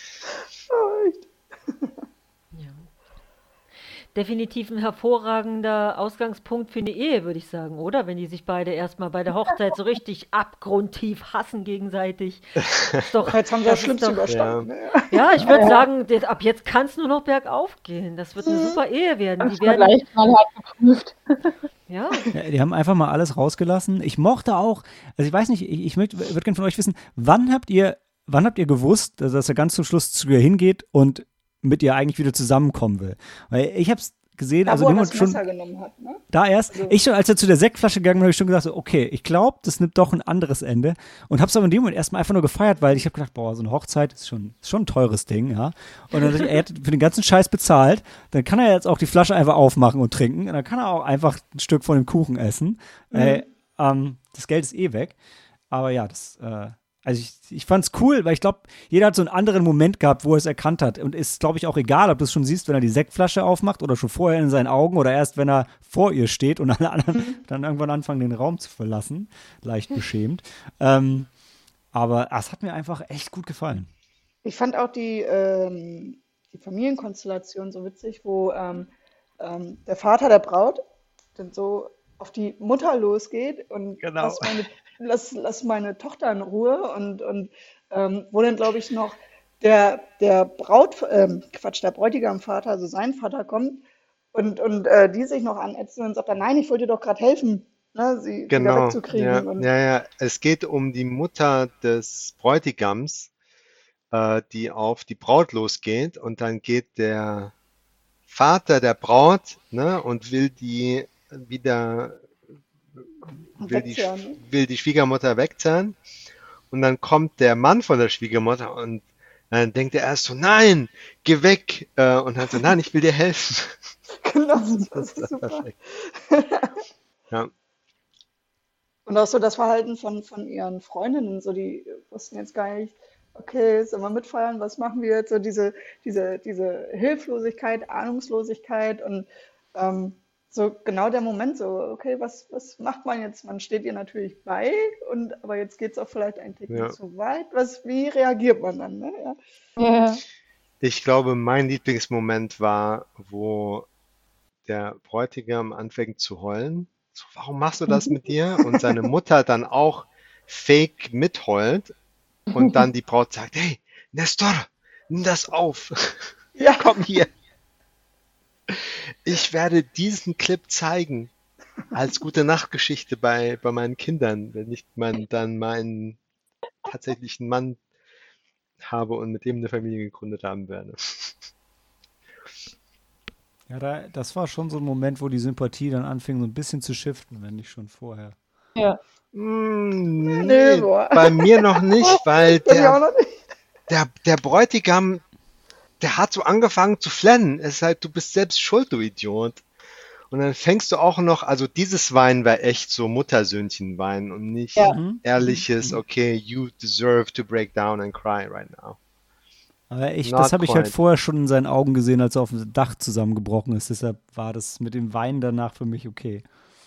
F: Oh, echt.
D: Ja. Definitiv ein hervorragender Ausgangspunkt für eine Ehe, würde ich sagen, oder? Wenn die sich beide erstmal bei der Hochzeit so richtig abgrundtief hassen gegenseitig. Ist doch,
F: Jetzt haben wir das
D: ist
F: Schlimmste
D: doch,
F: überstanden.
D: ja, ich würde sagen, ab jetzt kann es nur noch bergauf gehen. Das wird eine super Ehe werden. Die werden,
C: gleich mal hart geprüft.
D: ja,
A: ja, die haben einfach mal alles rausgelassen. Ich mochte auch, also ich weiß nicht, ich würde gerne von euch wissen, wann habt ihr gewusst, dass er ganz zum Schluss zu ihr hingeht und mit ihr eigentlich wieder zusammenkommen will? Weil ich habe es gesehen,
F: Da,
A: also
F: wo er
A: niemand
F: das
A: schon
F: Messer genommen hat, ne?
A: da erst.
F: Also-
A: Ich schon, als er zu der Sektflasche gegangen bin, habe ich schon gesagt, so, okay, ich glaube, das nimmt doch ein anderes Ende. Und habe es aber in dem Moment erstmal einfach nur gefeiert, weil ich habe gedacht, boah, so eine Hochzeit ist schon ein teures Ding, ja. Und dann dachte ich, er hat für den ganzen Scheiß bezahlt, dann kann er jetzt auch die Flasche einfach aufmachen und trinken. Und dann kann er auch einfach ein Stück von dem Kuchen essen. Das Geld ist eh weg. Aber ja, also ich fand's cool, weil ich glaube, jeder hat so einen anderen Moment gehabt, wo er es erkannt hat. Und ist, glaube ich, auch egal, ob du es schon siehst, wenn er die Sektflasche aufmacht oder schon vorher in seinen Augen oder erst, wenn er vor ihr steht und alle anderen dann irgendwann anfangen, den Raum zu verlassen. Leicht beschämt. Aber es hat mir einfach echt gut gefallen.
F: Ich fand auch die Familienkonstellation so witzig, wo der Vater der Braut dann so auf die Mutter losgeht und
A: Genau.
F: lass meine Tochter in Ruhe und wo dann, glaube ich, noch der Bräutigamvater, also sein Vater kommt und die sich noch anätzen und sagt dann, nein, ich wollte dir doch gerade helfen, ne, sie wieder
B: Genau.
F: wegzukriegen. Und
B: Ja. Es geht um die Mutter des Bräutigams, die auf die Braut losgeht und dann geht der Vater der Braut, ne, und will die wieder
F: wegzerren.
B: will die Schwiegermutter wegzerren und dann kommt der Mann von der Schwiegermutter und dann denkt er erst so, nein, geh weg und dann so, nein, ich will dir helfen.
F: Genau, das ist super.
B: Perfekt. Ja,
F: Und auch so das Verhalten von ihren Freundinnen, so die wussten jetzt gar nicht, okay, sollen wir mitfeiern, was machen wir jetzt? So diese Hilflosigkeit, Ahnungslosigkeit und so genau der Moment, so, okay, was macht man jetzt? Man steht ihr natürlich bei, aber jetzt geht es auch vielleicht ein Ticken
B: Ja.
F: zu weit. Wie reagiert man dann? Ne? Ja.
C: Ja.
B: ich glaube, mein Lieblingsmoment war, wo der Bräutigam anfängt zu heulen. So, warum machst du das mit dir? Und seine Mutter dann auch fake mitheult und dann die Braut sagt, hey, Nestor, nimm das auf.
F: Ja.
B: Komm hier. Ich werde diesen Clip zeigen als gute Nachtgeschichte bei meinen Kindern, wenn ich dann meinen tatsächlichen Mann habe und mit dem eine Familie gegründet haben werde.
A: Ja, das war schon so ein Moment, wo die Sympathie dann anfing, so ein bisschen zu shiften, wenn nicht schon vorher.
C: Ja.
B: Nee,
F: boah.
B: bei mir noch nicht, weil
F: Das ich auch noch nicht.
B: der Bräutigam, der hat so angefangen zu flennen. Es ist halt, du bist selbst schuld, du Idiot. Und dann fängst du auch noch, also dieses Weinen war echt so Muttersöhnchen-Weinen und nicht
F: Ja.
B: ehrliches, okay, you deserve to break down and cry right now.
A: Aber das
B: Not
A: habe ich halt
B: quite.
A: vorher schon in seinen Augen gesehen, als er auf dem Dach zusammengebrochen ist. Deshalb war das mit dem Weinen danach für mich okay.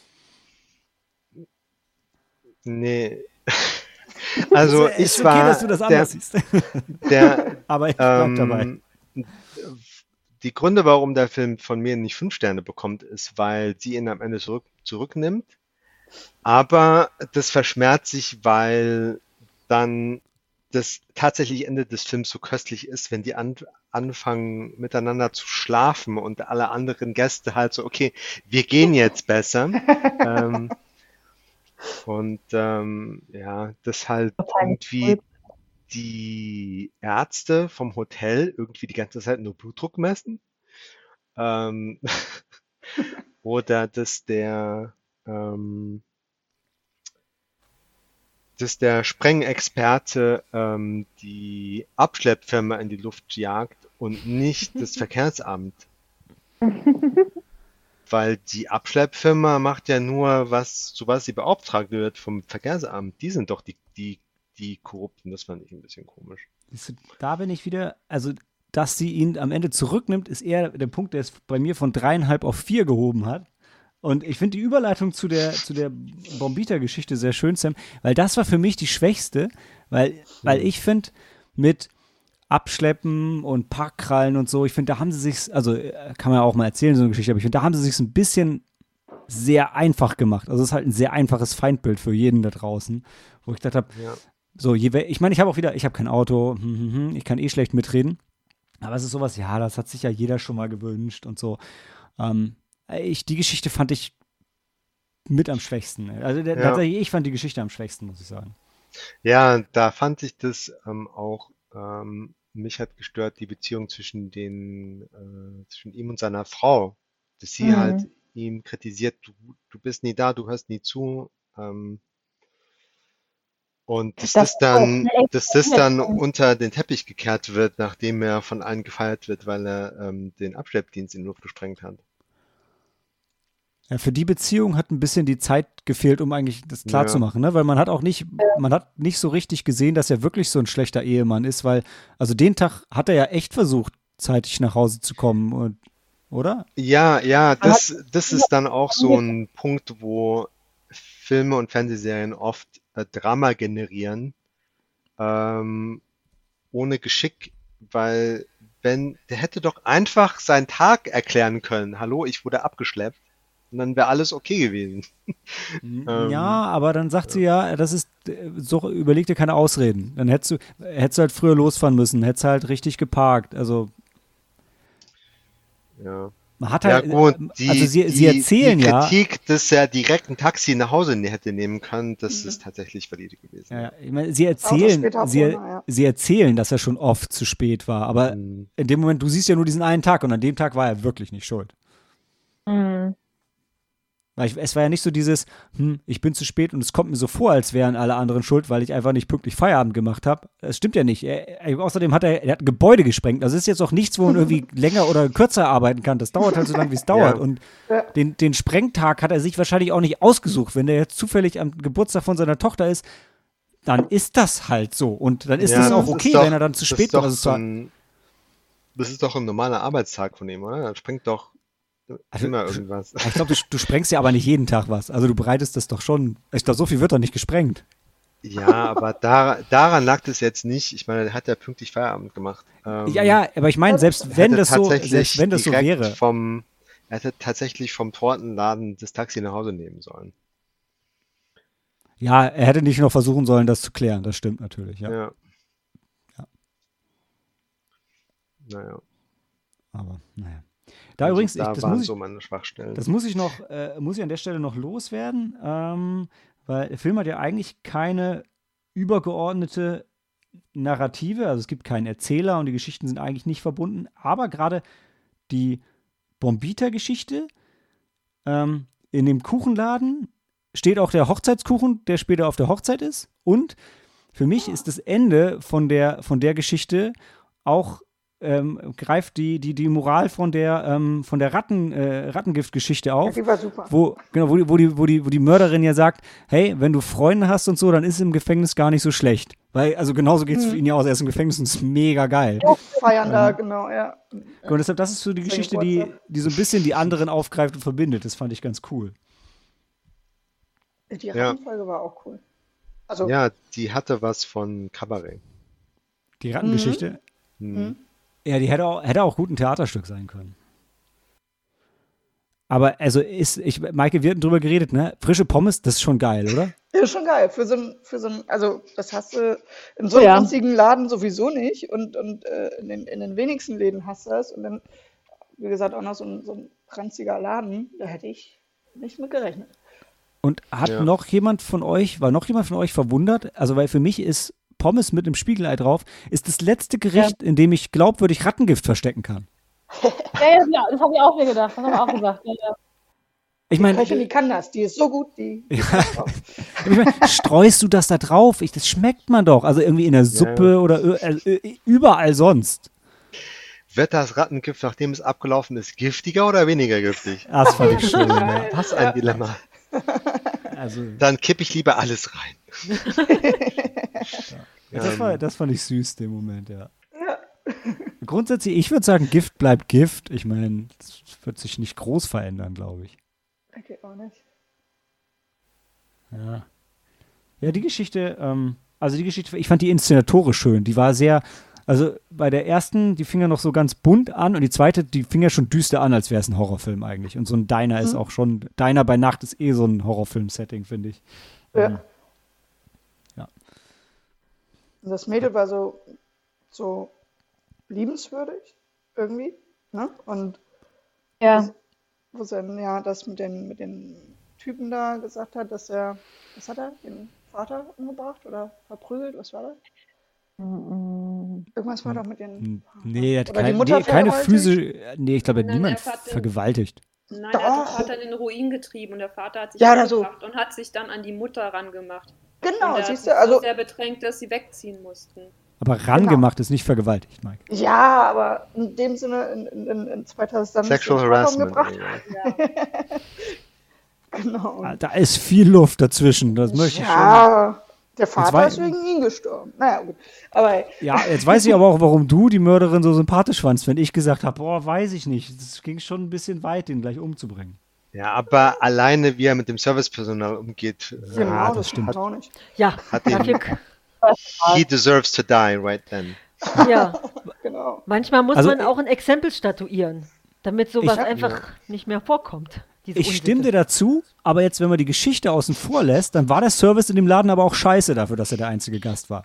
B: Nee. Also
A: Es
B: ich
A: ist okay,
B: war
A: dass du das anders siehst.
B: der
A: Aber ich bleib dabei.
B: ähm, die Gründe, warum der Film von mir nicht 5 Sterne bekommt, ist, weil sie ihn am Ende zurücknimmt. Aber das verschmerzt sich, weil dann das tatsächliche Ende des Films so köstlich ist, wenn die anfangen miteinander zu schlafen und alle anderen Gäste halt so, okay, wir gehen jetzt besser. Ja, das halt irgendwie die Ärzte vom Hotel irgendwie die ganze Zeit nur Blutdruck messen. Ähm, oder dass der Sprengexperte die Abschleppfirma in die Luft jagt und nicht das Verkehrsamt. Weil die Abschleppfirma macht ja nur, zu was sie beauftragt wird vom Verkehrsamt. Die sind doch die Korrupten. Das fand ich ein bisschen komisch.
A: Da bin ich wieder, also dass sie ihn am Ende zurücknimmt, ist eher der Punkt, der es bei mir von 3,5 auf 4 gehoben hat. Und ich finde die Überleitung zu der Bombita-Geschichte sehr schön, Sam, weil das war für mich die schwächste, weil ich finde, mit Abschleppen und Parkkrallen und so, ich finde, da haben sie sich, also kann man ja auch mal erzählen, so eine Geschichte, aber ich finde, da haben sie sich ein bisschen sehr einfach gemacht. Also es ist halt ein sehr einfaches Feindbild für jeden da draußen, wo ich gedacht habe,
B: Ja.
A: so, ich meine, ich habe kein Auto, ich kann schlecht mitreden, aber es ist sowas, ja, das hat sich ja jeder schon mal gewünscht und so. Die Geschichte fand ich mit am schwächsten. Also tatsächlich, ich fand die Geschichte am schwächsten, muss ich sagen.
B: Ja, da fand ich das auch, mich hat gestört die Beziehung zwischen ihm und seiner Frau, dass sie halt ihm kritisiert, du bist nie da, du hörst nie zu, und dass das dann unter den Teppich gekehrt wird, nachdem er von allen gefeiert wird, weil er den Abschleppdienst in die Luft gesprengt hat.
A: Ja, für die Beziehung hat ein bisschen die Zeit gefehlt, um eigentlich das klar zu machen, ne? Weil man hat nicht so richtig gesehen, dass er wirklich so ein schlechter Ehemann ist, weil, also den Tag hat er ja echt versucht, zeitig nach Hause zu kommen, oder?
B: Ja, das ist dann auch so ein Punkt, wo Filme und Fernsehserien oft Drama generieren, ohne Geschick, weil der hätte doch einfach seinen Tag erklären können. Hallo, ich wurde abgeschleppt. Und dann wäre alles okay gewesen.
A: Ja, aber dann sagt sie ja, das ist, so überleg dir keine Ausreden. Dann hättest du halt früher losfahren müssen, hättest halt richtig geparkt. Also
B: ja.
A: Man hat
B: Ja
A: halt,
B: gut,
A: also sie erzählen
B: die
A: ja.
B: Kritik, dass er direkt ein Taxi nach Hause hätte nehmen können, das ist tatsächlich valide gewesen.
A: Ja, ich meine, sie erzählen, dass er schon oft zu spät war, aber in dem Moment, du siehst ja nur diesen einen Tag und an dem Tag war er wirklich nicht schuld. Weil es war ja nicht so dieses, ich bin zu spät und es kommt mir so vor, als wären alle anderen schuld, weil ich einfach nicht pünktlich Feierabend gemacht habe. Das stimmt ja nicht. Außerdem hat er hat ein Gebäude gesprengt. Also es ist jetzt auch nichts, wo man irgendwie länger oder kürzer arbeiten kann. Das dauert halt so lange, wie es dauert.
B: Ja.
A: Und den Sprengtag hat er sich wahrscheinlich auch nicht ausgesucht. Wenn der jetzt zufällig am Geburtstag von seiner Tochter ist, dann ist das halt so. Und dann ist es auch okay, wenn er dann zu spät kommt.
B: Das ist doch ein normaler Arbeitstag von ihm, oder? Er sprengt doch immer irgendwas.
A: Ich glaube, du sprengst ja aber nicht jeden Tag was. Also du bereitest das doch schon. Ich glaube, so viel wird doch nicht gesprengt.
B: Ja, aber daran lag es jetzt nicht. Ich meine, er hat ja pünktlich Feierabend gemacht.
A: Ja, aber ich meine, selbst wenn das so wäre.
B: Er hätte tatsächlich vom Tortenladen das Taxi nach Hause nehmen sollen.
A: Ja, er hätte nicht noch versuchen sollen, das zu klären. Das stimmt natürlich, ja.
B: Naja.
A: Aber, naja. Da übrigens,
B: das waren so meine Schwachstellen.
A: Das muss ich an der Stelle noch loswerden, weil der Film hat ja eigentlich keine übergeordnete Narrative, also es gibt keinen Erzähler und die Geschichten sind eigentlich nicht verbunden, aber gerade die Bombita-Geschichte in dem Kuchenladen steht auch der Hochzeitskuchen, der später auf der Hochzeit ist, und für mich ist das Ende von der Geschichte auch greift die Moral von der Rattengiftgeschichte auf.
F: Die war super.
A: Wo die Mörderin ja sagt, hey, wenn du Freunde hast und so, dann ist es im Gefängnis gar nicht so schlecht. Weil, also genauso geht es für ihn ja aus, er ist im Gefängnis und ist mega geil.
F: Feiern da, genau, ja.
A: Und deshalb, das ist so die Geschichte, die so ein bisschen die anderen aufgreift und verbindet. Das fand ich ganz cool.
F: Die Rattenfolge war auch cool. Also,
B: Ja, die hatte was von Kabarett.
A: Die Rattengeschichte,
B: Hm.
A: ja, die hätte auch gut ein Theaterstück sein können. Aber also Maike, wir hatten drüber geredet, ne? Frische Pommes, das ist schon geil, oder?
F: das ist schon geil. Für so ein, also das hast du in so einem
C: Ja.
F: winzigen Laden sowieso nicht und in den wenigsten Läden hast du das. Und dann, wie gesagt, auch noch so ein ranziger Laden, da hätte ich nicht mit gerechnet.
A: Und war noch jemand von euch verwundert? Also, weil für mich ist Pommes mit einem Spiegelei drauf, ist das letzte Gericht, in dem ich glaubwürdig Rattengift verstecken kann.
C: Ja, das habe ich auch mir gedacht. Das haben wir auch gesagt. Ja.
A: Ich meine,
F: Köchin, die kann das, die ist so gut, die
A: streust du das da drauf? Das schmeckt man doch. Also irgendwie in der Suppe oder überall sonst.
B: Wird das Rattengift, nachdem es abgelaufen ist, giftiger oder weniger giftig?
A: Das fand ich schön. Ja.
B: Was ein Dilemma.
A: Also,
B: Dann kippe ich lieber alles rein.
A: das fand ich süß, den Moment, ja. Grundsätzlich, ich würde sagen, Gift bleibt Gift. Ich meine, das wird sich nicht groß verändern, glaube ich.
F: Okay, auch nicht.
A: Ja. Ja, die Geschichte, ich fand die inszenatorisch schön. Die war sehr, also bei der ersten, die fing ja noch so ganz bunt an und die zweite, die fing ja schon düster an, als wäre es ein Horrorfilm eigentlich. Und so ein Diner ist auch schon, Diner bei Nacht ist so ein Horrorfilm-Setting, finde ich.
F: Ja.
A: Ja.
F: Und das Mädel war so liebenswürdig irgendwie, ne? Und
C: Ja.
F: wo sie dann ja das mit den Typen da gesagt hat, dass er, was hat er, den Vater umgebracht oder verprügelt, was war das? Irgendwas war doch mit den
A: Nee, er hat
F: Oder die Mutter
A: keine
F: vergewaltigt?
A: physische, nee, ich glaube, er hat
E: Nein,
A: niemand
E: er hat den-
A: vergewaltigt.
E: Nein, er hat den
F: Doch.
E: Vater in den Ruin getrieben und der Vater hat sich
F: Ja, oder so.
E: umgebracht und hat sich dann an die Mutter rangemacht.
F: Genau,
E: und er
F: siehst
E: hat
F: du, also
E: sehr bedrängt, dass sie wegziehen mussten.
A: Aber rangemacht ist nicht vergewaltigt, Mike.
F: ja, aber in dem Sinne in 2000 dann
B: Sexual
F: den Vater
B: Harassment.
F: umgebracht.
E: Ja.
F: Genau.
A: Da ist viel Luft dazwischen, das möchte ich schon.
F: Ja, der Vater
A: war-
F: ist wegen ihm gestorben. Naja, gut. Aber
A: Ja, jetzt weiß ich aber auch, warum du die Mörderin so sympathisch fandst, wenn ich gesagt habe, boah, weiß ich nicht. Das ging schon ein bisschen weit, den gleich umzubringen.
B: Ja, aber alleine, wie er mit dem Servicepersonal umgeht,
F: genau,
A: das
F: das
A: stimmt.
F: stimmt auch nicht.
D: Ja,
B: hat ihn,
D: dafür,
B: he deserves to die right then.
D: ja.
F: Genau.
D: Manchmal muss
A: Also,
D: man auch ein Exempel statuieren, damit sowas
A: Ich-
D: einfach nicht mehr vorkommt. diese
A: Ich stimme dir
D: Unsitte.
A: dazu, aber jetzt, wenn man die Geschichte außen vor lässt, dann war der Service in dem Laden aber auch scheiße dafür, dass er der einzige Gast war.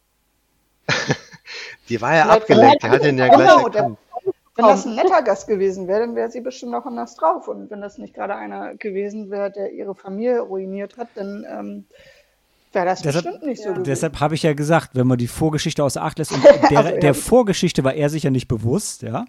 B: Die war ja
F: Vielleicht-
B: abgelenkt, die hat ihn ja
F: Genau,
B: gleich
F: der-
B: erkannt.
F: Wenn das ein netter Gast gewesen wäre, dann wäre sie bestimmt auch anders drauf. Und wenn das nicht gerade einer gewesen wäre, der ihre Familie ruiniert hat, dann wäre das
A: Deshalb-
F: bestimmt nicht so gewesen.
A: Deshalb habe ich ja gesagt, wenn man die Vorgeschichte außer Acht lässt, und
F: Also,
A: der Vorgeschichte war er sich ja nicht bewusst, ja.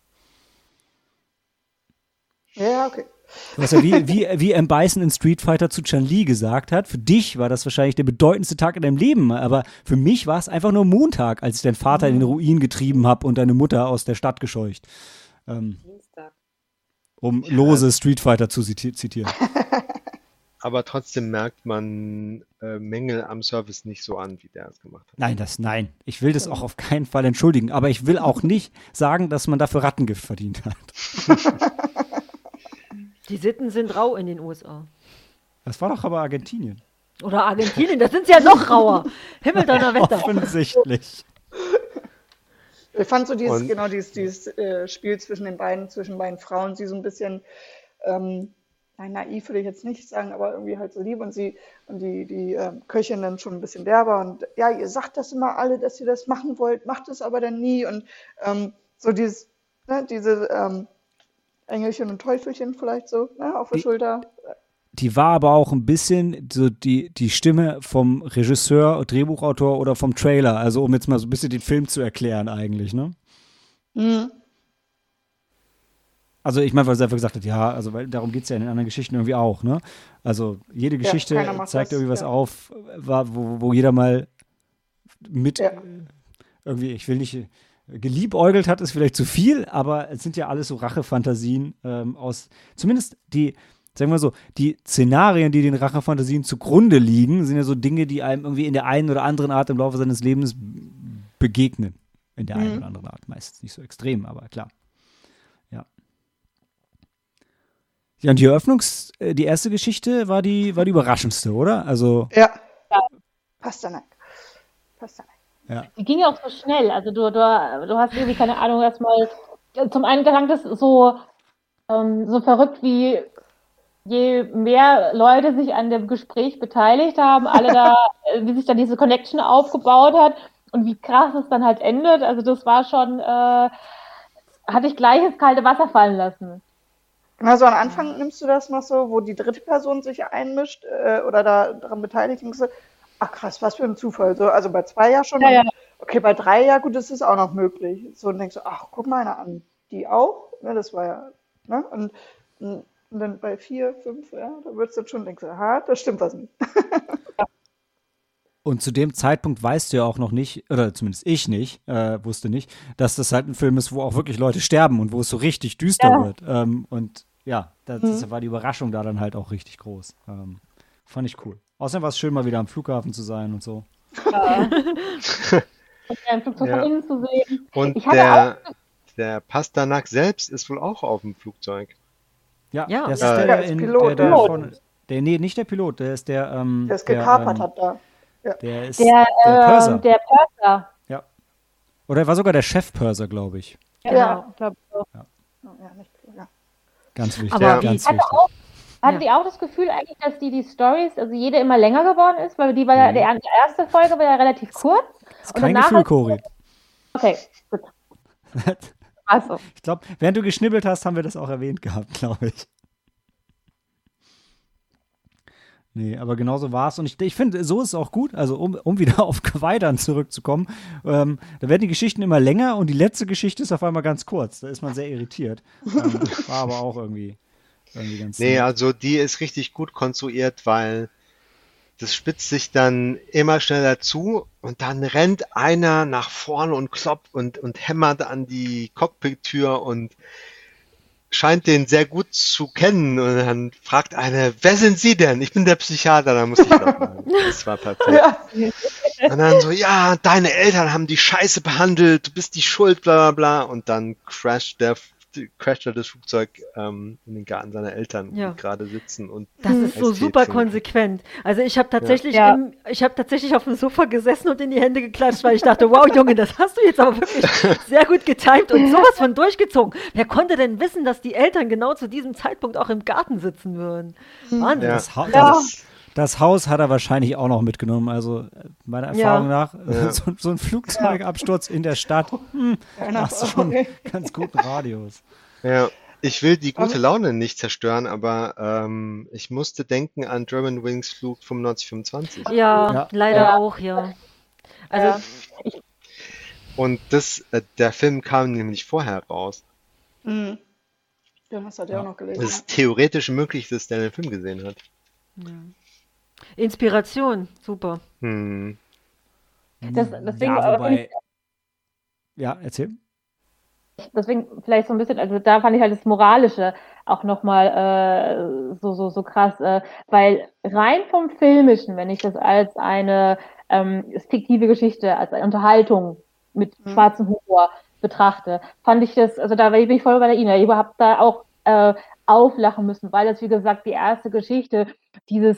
F: Ja, okay.
A: Was ja wie M. Bison in Street Fighter zu Chun-Li gesagt hat, für dich war das wahrscheinlich der bedeutendste Tag in deinem Leben, aber für mich war es einfach nur Montag, als ich deinen Vater in den Ruin getrieben habe und deine Mutter aus der Stadt gescheucht.
E: Dienstag.
A: Um lose Street Fighter zu zitieren.
B: Aber trotzdem merkt man Mängel am Service nicht so an, wie der es gemacht hat.
A: Nein. Ich will das auch auf keinen Fall entschuldigen, aber ich will auch nicht sagen, dass man dafür Rattengift verdient hat.
D: Die Sitten sind rau in den USA.
A: Das war doch aber Argentinien.
D: Oder Argentinien, das sind ja noch rauer. Himmel, Donner, Wetter.
A: Offensichtlich.
F: Ich fand so
B: Und-
F: dieses Spiel zwischen beiden Frauen, sie so ein bisschen, nein, naiv würde ich jetzt nicht sagen, aber irgendwie halt so lieb und die Köchin dann schon ein bisschen derber und ja, ihr sagt das immer alle, dass ihr das machen wollt, macht es aber dann nie und so diese Engelchen und Teufelchen vielleicht so, ne, auf der Schulter.
A: Die war aber auch ein bisschen so die Stimme vom Regisseur, Drehbuchautor oder vom Trailer, also um jetzt mal so ein bisschen den Film zu erklären eigentlich, ne?
F: Mhm.
A: Also ich meine, weil sie einfach gesagt hat, ja, also weil darum geht es ja in den anderen Geschichten irgendwie auch, ne? Also jede Geschichte
F: keiner macht
A: zeigt
F: das,
A: irgendwie was
F: ja.
A: auf, wo jeder mal mit
F: Ja.
A: irgendwie, ich will nicht geliebäugelt hat, ist vielleicht zu viel, aber es sind ja alles so Rachefantasien aus, zumindest die, sagen wir so, die Szenarien, die den Rachefantasien zugrunde liegen, sind ja so Dinge, die einem irgendwie in der einen oder anderen Art im Laufe seines Lebens begegnen. In der einen oder anderen Art. Meistens nicht so extrem, aber klar. Ja. Ja, und die erste Geschichte war die überraschendste, oder? Also.
F: Ja. Pasternak.
A: Ja.
C: Die ging ja auch so schnell. Also du hast irgendwie, keine Ahnung, erstmal, zum einen gelang das so verrückt, wie je mehr Leute sich an dem Gespräch beteiligt haben, alle da, wie sich dann diese Connection aufgebaut hat und wie krass es dann halt endet. Also das war schon, hatte ich gleich ins kalte Wasser fallen lassen.
F: Genau, so am Anfang nimmst du das noch so, wo die dritte Person sich einmischt oder daran beteiligt und so, ach krass, was für ein Zufall. So, also bei 2 ja schon.
C: Ja.
F: Okay, bei 3 ja, gut, das ist auch noch möglich. So, und denkst du, ach, guck mal eine an. Die auch? Ne, das war ja, ne? Und dann bei 4, 5, ja, da würdest du dann schon denken, aha, da stimmt was nicht.
A: Und zu dem Zeitpunkt weißt du ja auch noch nicht, oder zumindest ich nicht, wusste nicht, dass das halt ein Film ist, wo auch wirklich Leute sterben und wo es so richtig düster wird. Und ja, das war die Überraschung da dann halt auch richtig groß. Fand ich cool. Außerdem war es schön, mal wieder am Flughafen zu sein und so.
C: Ja. Und einen Flugzeug von innen zu sehen.
B: Und
C: Ich hatte
B: der Pasternak selbst ist wohl auch auf dem Flugzeug.
A: Ja,
D: Ja.
A: das ist
F: Ja,
A: der,
F: als
A: in,
F: Pilot,
A: der
F: ja.
A: von, der, nee, nicht der Pilot, der ist der,
F: Der es gekapert hat da.
A: Der ist
C: Der
A: Purser.
C: der Purser.
A: Ja. Oder er war sogar der Chef-Purser, glaube ich.
C: Ja, ich glaube so.
F: Ja, nicht Pilot, ja.
A: Ganz wichtig.
D: Aber
A: ganz
C: Hatte
A: wichtig.
C: Hattet ihr auch das Gefühl eigentlich, dass die Stories, also jede immer länger geworden ist? Weil die war ja, die erste Folge war ja relativ kurz.
A: Das ist
C: Und
A: kein
C: danach
A: Gefühl,
C: ist-
A: Cori.
C: Okay, gut. Also,
A: Ich glaube, während du geschnibbelt hast, haben wir das auch erwähnt gehabt, glaube ich. Nee, aber genauso war es. Und ich finde, so ist es auch gut. Also, um wieder auf Geweidern zurückzukommen, da werden die Geschichten immer länger und die letzte Geschichte ist auf einmal ganz kurz. Da ist man sehr irritiert. War aber auch irgendwie ganz
B: Nee,
A: nett.
B: also die ist richtig gut konstruiert, weil das spitzt sich dann immer schneller zu und dann rennt einer nach vorne und klopft und hämmert an die Cockpit-Tür und scheint den sehr gut zu kennen. Und dann fragt einer, wer sind Sie denn? Ich bin der Psychiater, da muss ich lachen. Das war perfekt.
F: Ja.
B: Und dann so, ja, deine Eltern haben die Scheiße behandelt, du bist die Schuld, bla bla bla. Und dann crasht das Flugzeug in den Garten seiner Eltern,
D: Ja.
B: die gerade sitzen. Und
D: Das ist so
B: Eis
D: super
B: trinken.
D: konsequent. Also ich habe tatsächlich,
C: Ja.
D: ich habe tatsächlich auf dem Sofa gesessen und in die Hände geklatscht, weil ich dachte, wow, Junge, das hast du jetzt aber wirklich sehr gut getimt und sowas von durchgezogen. Wer konnte denn wissen, dass die Eltern genau zu diesem Zeitpunkt auch im Garten sitzen würden? Wahnsinn.
B: Ja.
A: Das Haus hat er wahrscheinlich auch noch mitgenommen. Also meiner Erfahrung nach, so ein Flugzeugabsturz in der Stadt, hast du schon einen ganz guten Radius.
B: Ja, ich will die gute Laune nicht zerstören, aber ich musste denken an German Wings Flug 9525.
D: Ja,
A: Ja.
D: leider
C: Ja.
D: auch, ja. Also,
B: Und der Film kam nämlich vorher raus.
F: Mhm. Ja, das hat er auch noch gelesen.
B: Es ist theoretisch möglich, dass der den Film gesehen hat.
D: Inspiration, super.
A: Ja,
C: deswegen
A: wobei. Ja, erzähl.
C: deswegen vielleicht so ein bisschen, also da fand ich halt das Moralische auch nochmal so krass, weil rein vom Filmischen, wenn ich das als eine fiktive Geschichte, als eine Unterhaltung mit schwarzem Humor betrachte, fand ich das, also da bin ich voll bei der Ina, ich habe da auch auflachen müssen, weil das, wie gesagt, die erste Geschichte, dieses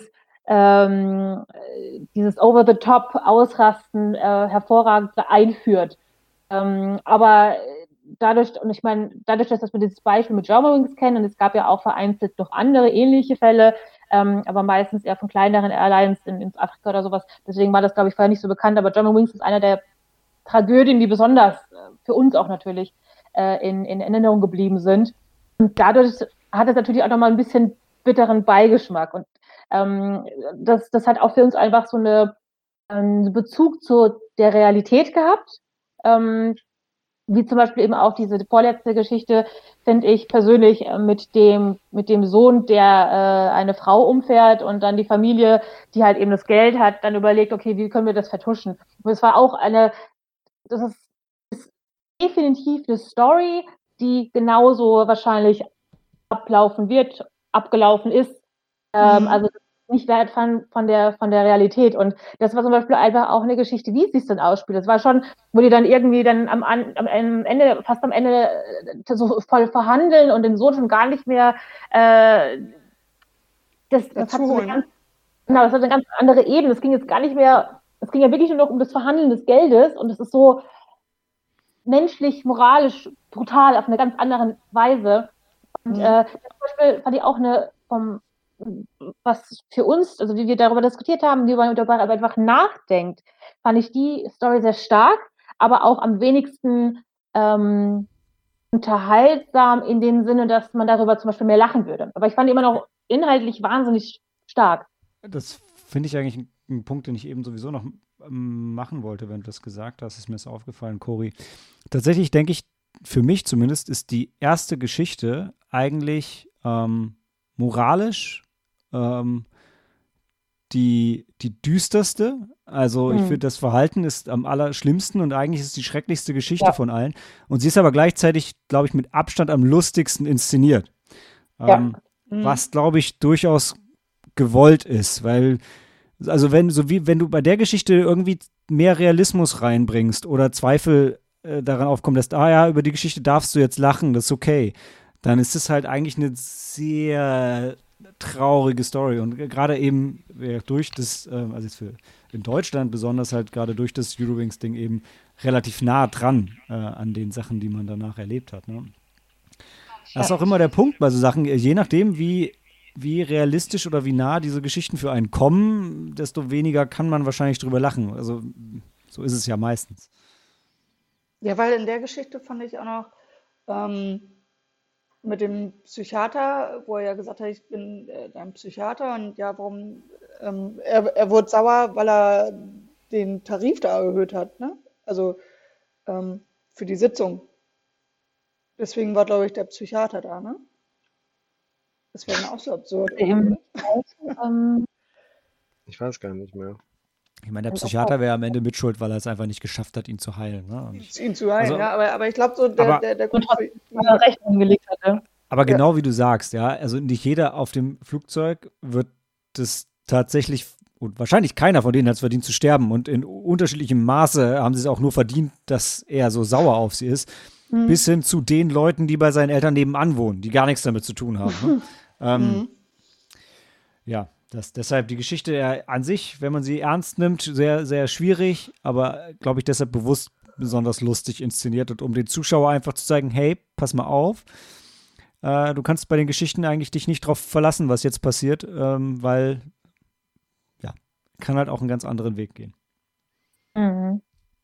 C: Over-the-Top Ausrasten hervorragend einführt. Aber dadurch, und ich meine, dadurch, dass wir dieses Beispiel mit Germanwings kennen, und es gab ja auch vereinzelt noch andere ähnliche Fälle, aber meistens eher von kleineren Airlines in Afrika oder sowas, deswegen war das, glaube ich, vorher nicht so bekannt, aber Germanwings ist einer der Tragödien, die besonders für uns auch natürlich in Erinnerung geblieben sind. Und dadurch hat es natürlich auch nochmal ein bisschen bitteren Beigeschmack. Und das hat auch für uns einfach so einen Bezug zu der Realität gehabt. Wie zum Beispiel eben auch diese vorletzte Geschichte, finde ich persönlich mit dem Sohn, der eine Frau umfährt und dann die Familie, die halt eben das Geld hat, dann überlegt, okay, wie können wir das vertuschen? Und es war auch das ist definitiv eine Story, die genauso wahrscheinlich abgelaufen ist. Also nicht weit von der Realität. Und das war zum Beispiel einfach auch eine Geschichte, wie es sich dann ausspielt. Das war schon, wo die dann irgendwie dann fast am Ende so voll verhandeln und den Sohn schon gar nicht mehr das hat eine ganz andere Ebene. Es ging jetzt gar nicht mehr, es ging ja wirklich nur noch um das Verhandeln des Geldes und es ist so menschlich, moralisch, brutal auf eine ganz andere Weise. Und zum Beispiel fand ich auch was für uns, also wie wir darüber diskutiert haben, wie man darüber einfach nachdenkt, fand ich die Story sehr stark, aber auch am wenigsten unterhaltsam in dem Sinne, dass man darüber zum Beispiel mehr lachen würde. Aber ich fand die immer noch inhaltlich wahnsinnig stark.
A: Das finde ich eigentlich ein Punkt, den ich eben sowieso noch machen wollte, wenn du das gesagt hast, ist mir das aufgefallen, Cori. Tatsächlich denke ich, für mich zumindest, ist die erste Geschichte eigentlich moralisch die düsterste. Also ich finde, das Verhalten ist am allerschlimmsten und eigentlich ist es die schrecklichste Geschichte von allen. Und sie ist aber gleichzeitig, glaube ich, mit Abstand am lustigsten inszeniert. Was, glaube ich, durchaus gewollt ist, weil also wenn du bei der Geschichte irgendwie mehr Realismus reinbringst oder Zweifel daran aufkommen lässt, über die Geschichte darfst du jetzt lachen, das ist okay, dann ist es halt eigentlich eine sehr traurige Story und gerade eben durch das, also jetzt in Deutschland besonders halt gerade durch das Eurowings-Ding eben relativ nah dran an den Sachen, die man danach erlebt hat. Ne? Das ist auch immer der Punkt bei so Sachen, je nachdem, wie realistisch oder wie nah diese Geschichten für einen kommen, desto weniger kann man wahrscheinlich drüber lachen. Also so ist es ja meistens.
F: Ja, weil in der Geschichte fand ich auch noch mit dem Psychiater, wo er ja gesagt hat, ich bin dein Psychiater und ja, warum, er wurde sauer, weil er den Tarif da erhöht hat, ne? Also für die Sitzung. Deswegen war, glaube ich, der Psychiater da, ne? Das wäre dann auch so absurd.
B: Ich weiß gar nicht mehr.
A: Ich meine, der Psychiater wäre am Ende mitschuld, weil er es einfach nicht geschafft hat, ihn zu heilen. Ne?
F: Ihn zu heilen, ja, aber ich glaube so, der
C: Rechnung gelegt hatte.
A: Aber genau wie du sagst, ja, also nicht jeder auf dem Flugzeug wird das tatsächlich, und wahrscheinlich keiner von denen hat es verdient zu sterben und in unterschiedlichem Maße haben sie es auch nur verdient, dass er so sauer auf sie ist, bis hin zu den Leuten, die bei seinen Eltern nebenan wohnen, die gar nichts damit zu tun haben. Ne? Ja, deshalb die Geschichte an sich, wenn man sie ernst nimmt, sehr, sehr schwierig, aber glaube ich deshalb bewusst besonders lustig inszeniert und um den Zuschauer einfach zu zeigen, hey, pass mal auf, du kannst bei den Geschichten eigentlich dich nicht drauf verlassen, was jetzt passiert, weil ja, kann halt auch einen ganz anderen Weg gehen.
C: Mhm.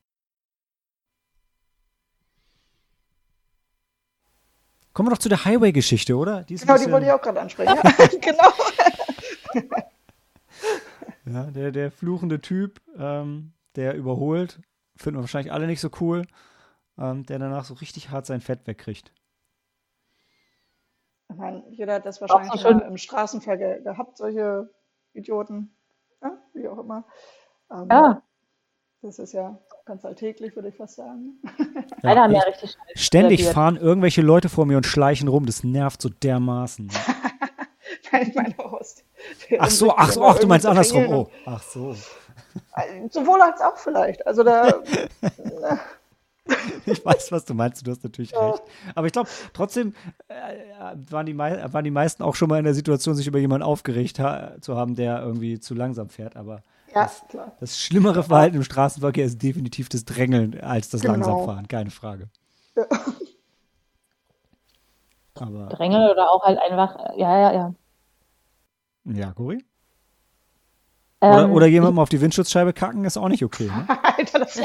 A: Kommen wir doch zu der Highway-Geschichte, oder?
F: Die wollte ich auch gerade ansprechen. Ja, genau.
A: Ja, der fluchende Typ, der überholt, finden wir wahrscheinlich alle nicht so cool, der danach so richtig hart sein Fett wegkriegt.
F: Ich meine, jeder hat das wahrscheinlich schon im Straßenverkehr gehabt, solche Idioten, ja, wie auch immer.
C: Ja.
F: Das ist ja ganz alltäglich, würde ich fast sagen.
C: Leider haben wir richtig
A: ständig fahren irgendwelche Leute vor mir und schleichen rum, das nervt so dermaßen.
F: Nein, ich meine Horst.
A: Ach so, du meinst andersrum. Oh, ach so.
F: Sowohl als auch vielleicht. Also da.
A: Ich weiß, was du meinst, du hast natürlich recht. Aber ich glaube, trotzdem waren die meisten auch schon mal in der Situation, sich über jemanden aufgeregt zu haben, der irgendwie zu langsam fährt. Aber
F: ja, klar.
A: Das schlimmere Verhalten im Straßenverkehr ist definitiv das Drängeln als das Langsamfahren, keine Frage.
F: Ja.
A: Aber
C: Drängeln oder auch halt einfach, ja.
A: Ja, Cori? Oder jemandem auf die Windschutzscheibe kacken, ist auch nicht okay, ne?
F: Alter, das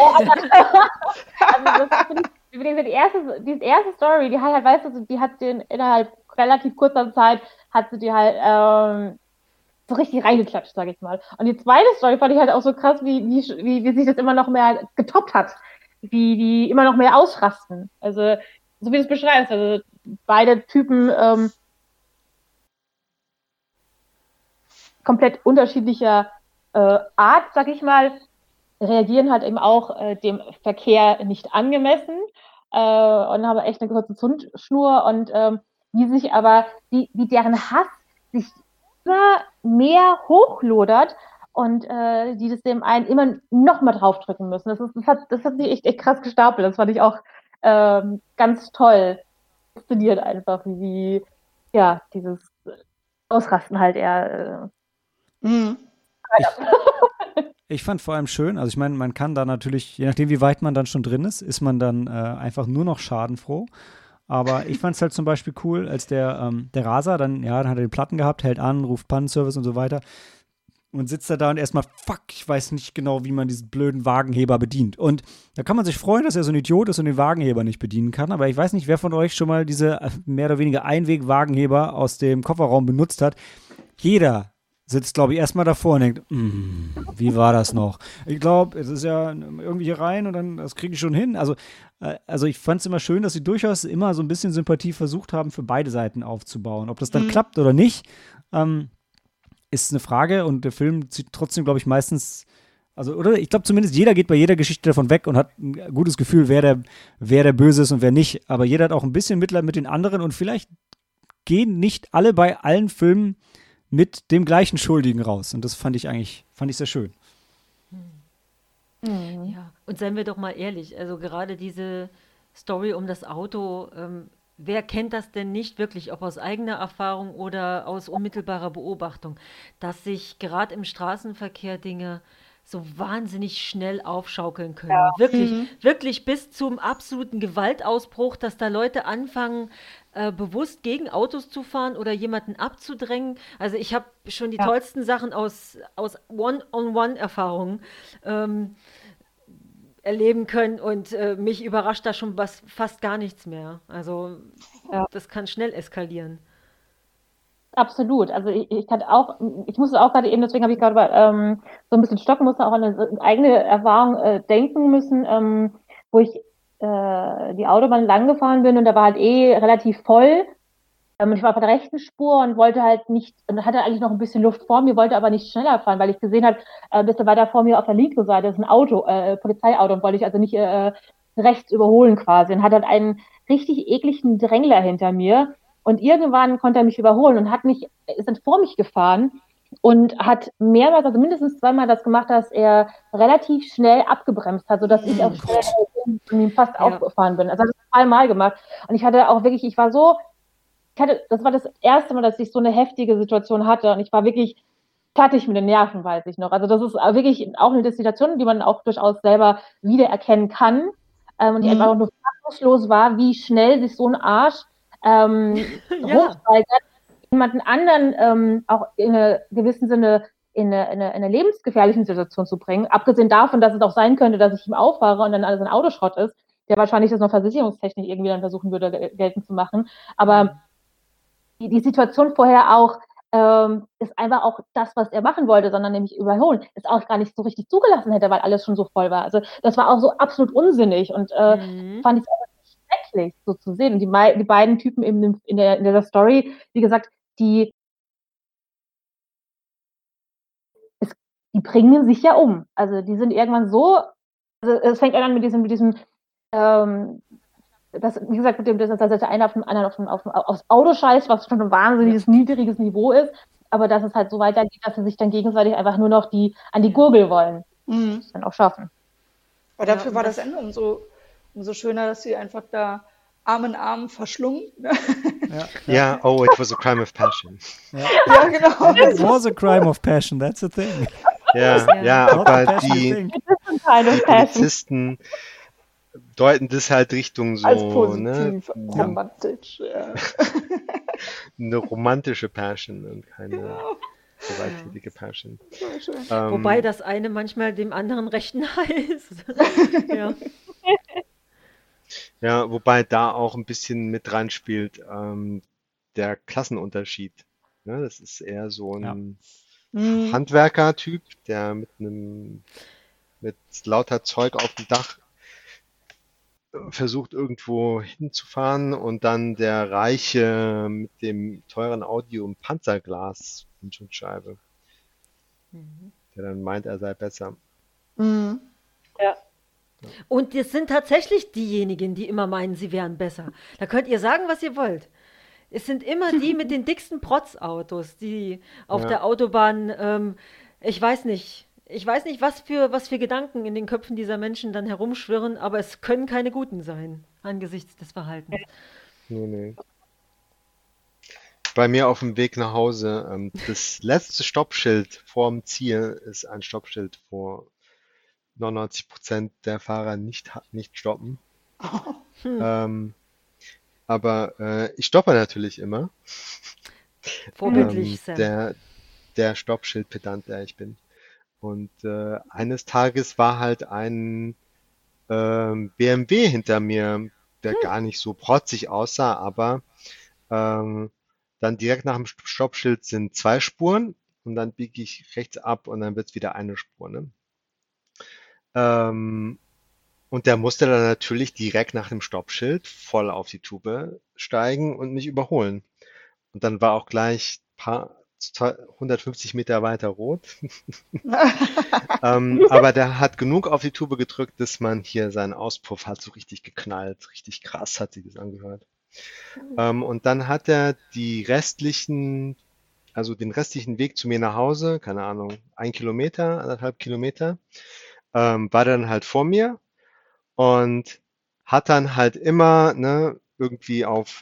C: übrigens die erste Story, die halt, weißt du, die hat den innerhalb relativ kurzer Zeit, hat sie die halt so richtig reingeklatscht, sag ich mal. Und die zweite Story fand ich halt auch so krass, wie sich das immer noch mehr getoppt hat. Wie die immer noch mehr ausrasten. Also, so wie du es beschreibst, also beide Typen komplett unterschiedlicher Art, sag ich mal, reagieren halt eben auch dem Verkehr nicht angemessen und haben echt eine kurze Zündschnur und wie deren Hass sich immer mehr hochlodert und die das dem einen immer noch mal draufdrücken müssen. Das hat sich echt krass gestapelt. Das fand ich auch ganz toll. Fasziniert einfach, wie dieses Ausrasten halt eher.
A: Ich fand vor allem schön, also ich meine, man kann da natürlich, je nachdem wie weit man dann schon drin ist man dann einfach nur noch schadenfroh. Aber ich fand es halt zum Beispiel cool, als der Raser dann hat er den Platten gehabt, hält an, ruft Pannenservice und so weiter und sitzt da und erstmal, ich weiß nicht genau, wie man diesen blöden Wagenheber bedient. Und da kann man sich freuen, dass er so ein Idiot ist und den Wagenheber nicht bedienen kann. Aber ich weiß nicht, wer von euch schon mal diese mehr oder weniger Einweg-Wagenheber aus dem Kofferraum benutzt hat. Jeder sitzt, glaube ich, erstmal davor und denkt, wie war das noch? Ich glaube, es ist ja irgendwie hier rein und dann, das kriege ich schon hin. Also ich fand es immer schön, dass sie durchaus immer so ein bisschen Sympathie versucht haben, für beide Seiten aufzubauen. Ob das dann klappt oder nicht, ist eine Frage und der Film zieht trotzdem, glaube ich, meistens, oder ich glaube zumindest jeder geht bei jeder Geschichte davon weg und hat ein gutes Gefühl, wer der Böse ist und wer nicht. Aber jeder hat auch ein bisschen Mitleid mit den anderen und vielleicht gehen nicht alle bei allen Filmen mit dem gleichen Schuldigen raus. Und das fand ich sehr schön.
D: Ja, und seien wir doch mal ehrlich, also gerade diese Story um das Auto, wer kennt das denn nicht wirklich, ob aus eigener Erfahrung oder aus unmittelbarer Beobachtung, dass sich gerade im Straßenverkehr Dinge so wahnsinnig schnell aufschaukeln können. Ja. Wirklich bis zum absoluten Gewaltausbruch, dass da Leute anfangen, bewusst gegen Autos zu fahren oder jemanden abzudrängen. Also ich habe schon die tollsten Sachen aus One-on-One-Erfahrungen erleben können und mich überrascht da schon fast gar nichts mehr. Also das kann schnell eskalieren.
C: Absolut. Also ich musste auch gerade eben, deswegen habe ich gerade so ein bisschen stocken, musste auch an eine eigene Erfahrung denken müssen, wo ich die Autobahn lang gefahren bin und da war halt relativ voll. Ich war auf der rechten Spur und wollte halt nicht, und hatte eigentlich noch ein bisschen Luft vor mir, wollte aber nicht schneller fahren, weil ich gesehen habe, ein bisschen weiter vor mir auf der linken Seite ist ein Auto, Polizeiauto, und wollte ich also nicht rechts überholen quasi. Und hatte halt einen richtig ekligen Drängler hinter mir. Und irgendwann konnte er mich überholen und ist dann vor mich gefahren und hat mehrmals, also mindestens zweimal das gemacht, dass er relativ schnell abgebremst hat, sodass ich auch schnell fast aufgefahren bin. Also das hat er zweimal gemacht. Und ich hatte auch wirklich, das war das erste Mal, dass ich so eine heftige Situation hatte und ich war wirklich fertig mit den Nerven, weiß ich noch. Also das ist wirklich auch eine Situation, die man auch durchaus selber wiedererkennen kann. Und die einfach nur fassungslos war, wie schnell sich so ein Arsch hochsteigert, jemanden anderen auch in einem gewissen Sinne in eine lebensgefährlichen Situation zu bringen. Abgesehen davon, dass es auch sein könnte, dass ich ihm auffahre und dann alles ein Autoschrott ist, der wahrscheinlich das noch versicherungstechnisch irgendwie dann versuchen würde, geltend zu machen. Aber die Situation vorher auch ist einfach auch das, was er machen wollte, sondern nämlich überholen, ist auch gar nicht so richtig zugelassen hätte, weil alles schon so voll war. Also das war auch so absolut unsinnig und fand ich es einfach schrecklich, so zu sehen. Und die beiden Typen in der Story, wie gesagt, die bringen sich ja um. Also die sind irgendwann so, also es fängt an mit diesem das, wie gesagt, dass der eine auf dem anderen aufs Auto scheißt, was schon ein wahnsinniges niedriges Niveau ist, aber dass es halt so weitergeht, dass sie sich dann gegenseitig einfach nur noch an die Gurgel wollen. Das dann auch schaffen.
F: Aber dafür war das Ende umso schöner, dass sie einfach da Arm in Arm verschlungen.
B: Ja, oh, it was a crime of passion.
F: Ja, genau.
A: It was a crime of passion, that's the thing.
B: Ja, aber die Polizisten deuten das halt Richtung so,
F: als positiv, romantisch. Ja.
B: Eine romantische Passion und keine gewalttätige Passion.
D: Wobei das eine manchmal dem anderen recht heißt.
B: Ja, wobei da auch ein bisschen mit reinspielt der Klassenunterschied. Ne? Das ist eher so ein Handwerker-Typ, der mit lauter Zeug auf dem Dach versucht irgendwo hinzufahren und dann der Reiche mit dem teuren Audi und Panzerglas Windschutzscheibe, der dann meint, er sei besser.
C: Ja.
D: Und das sind tatsächlich diejenigen, die immer meinen, sie wären besser. Da könnt ihr sagen, was ihr wollt. Es sind immer die mit den dicksten Protzautos, die auf
B: Ja.
D: der Autobahn, ich weiß nicht, was für Gedanken in den Köpfen dieser Menschen dann herumschwirren, aber es können keine guten sein, angesichts des Verhaltens.
B: Nee. Bei mir auf dem Weg nach Hause, das letzte Stoppschild vorm Ziel ist ein Stoppschild, wo 99% der Fahrer nicht stoppen. Ähm, aber ich stoppe natürlich immer.
D: Vorbildlich, Sam.
B: Der Stoppschildpedant, der ich bin. Und eines Tages war halt ein BMW hinter mir, der gar nicht so protzig aussah, aber dann direkt nach dem Stoppschild sind 2 Spuren und dann biege ich rechts ab und dann wird es wieder eine Spur, ne? Und der musste dann natürlich direkt nach dem Stoppschild voll auf die Tube steigen und mich überholen. Und dann war auch gleich 150 Meter weiter rot. Aber der hat genug auf die Tube gedrückt, dass man hier seinen Auspuff hat so richtig geknallt. Richtig krass hat sich das angehört. Und dann hat er den restlichen Weg zu mir nach Hause, keine Ahnung, 1 Kilometer, 1,5 Kilometer, war dann halt vor mir und hat dann halt immer, ne, irgendwie auf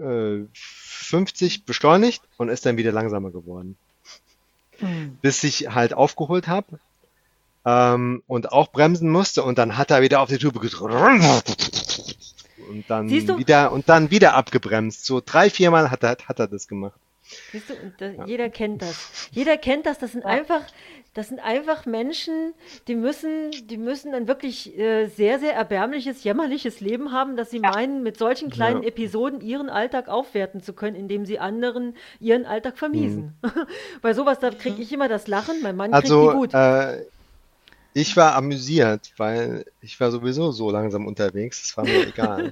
B: 50 beschleunigt und ist dann wieder langsamer geworden. Bis ich halt aufgeholt habe und auch bremsen musste und dann hat er wieder auf die Tube gedrückt und dann
D: Siehst du?
B: wieder abgebremst. So 3-4 Mal hat er das gemacht.
D: Siehst du, und jeder kennt das. Jeder kennt das. Das sind einfach Menschen, die müssen ein wirklich sehr, sehr erbärmliches, jämmerliches Leben haben, dass sie meinen, mit solchen kleinen
B: Ja.
D: Episoden ihren Alltag aufwerten zu können, indem sie anderen ihren Alltag vermiesen. Bei sowas, da kriege ich immer das Lachen, mein Mann kriegt die
B: Also
D: gut.
B: ich war amüsiert, weil ich war sowieso so langsam unterwegs. Es war mir egal.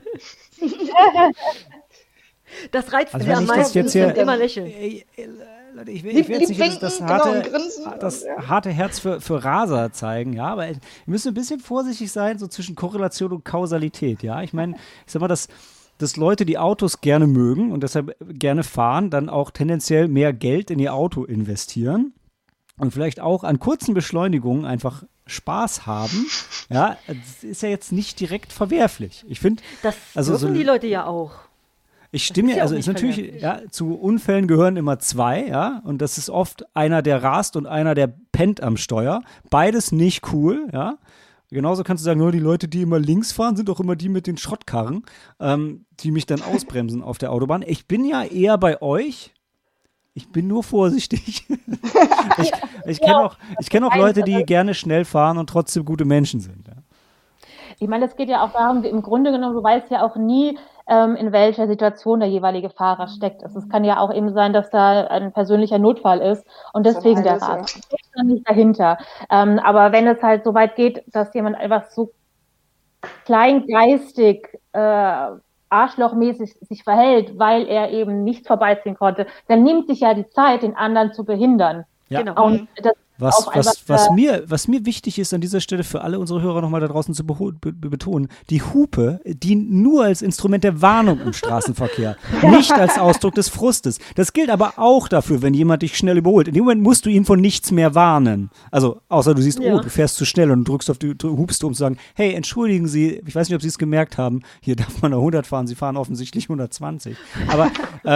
D: Das reizt
A: Also
D: sie
A: wenn
D: am
A: ich das
D: meisten,
A: jetzt
D: sie
A: hier-
D: sind immer lächeln.
A: Leute, ich will jetzt nicht
F: winken,
A: das
F: genau, und grinsen.
A: harte Herz für Raser zeigen, ja, aber wir müssen ein bisschen vorsichtig sein, so zwischen Korrelation und Kausalität, ja. Ich meine, ich sag mal, dass Leute, die Autos gerne mögen und deshalb gerne fahren, dann auch tendenziell mehr Geld in ihr Auto investieren und vielleicht auch an kurzen Beschleunigungen einfach Spaß haben, ja, das ist ja jetzt nicht direkt verwerflich. Ich finde,
D: Das
A: also
D: dürfen
A: so-
D: die Leute ja auch.
A: ich stimme
D: ist
A: dir,
D: ja
A: also
D: auch
A: ist
D: nicht
A: natürlich,
D: verwerflich.
A: ja, zu Unfällen gehören immer 2, ja, und das ist oft einer, der rast und einer, der pennt am Steuer. Beides nicht cool, ja. Genauso kannst du sagen, nur die Leute, die immer links fahren, sind auch immer die mit den Schrottkarren, die mich dann ausbremsen auf der Autobahn. Ich bin ja eher bei euch. Ich bin nur vorsichtig. ich kenne auch Leute, die gerne schnell fahren und trotzdem gute Menschen sind. Ja.
C: Ich meine, es geht ja auch darum, im Grunde genommen, du weißt ja auch nie, in welcher Situation der jeweilige Fahrer steckt. Also es kann ja auch eben sein, dass da ein persönlicher Notfall ist und deswegen der
F: heiles, ja.
C: Rat. Das steht dann nicht dahinter. Aber wenn es halt so weit geht, dass jemand einfach so kleingeistig, arschlochmäßig sich verhält, weil er eben nicht vorbeiziehen konnte, dann nimmt sich ja die Zeit, den anderen zu behindern.
A: Ja.
D: Genau.
C: Und das
A: Was,
C: auch
A: was,
C: einfach,
A: was mir wichtig ist, an dieser Stelle für alle unsere Hörer nochmal da draußen zu betonen, die Hupe dient nur als Instrument der Warnung im Straßenverkehr, nicht als Ausdruck des Frustes. Das gilt aber auch dafür, wenn jemand dich schnell überholt. In dem Moment musst du ihn von nichts mehr warnen. Also, außer du siehst,
D: Ja.
A: oh, du fährst zu schnell und drückst hupst, um zu sagen, hey, entschuldigen Sie, ich weiß nicht, ob Sie es gemerkt haben, hier darf man 100 fahren, Sie fahren offensichtlich 120. Aber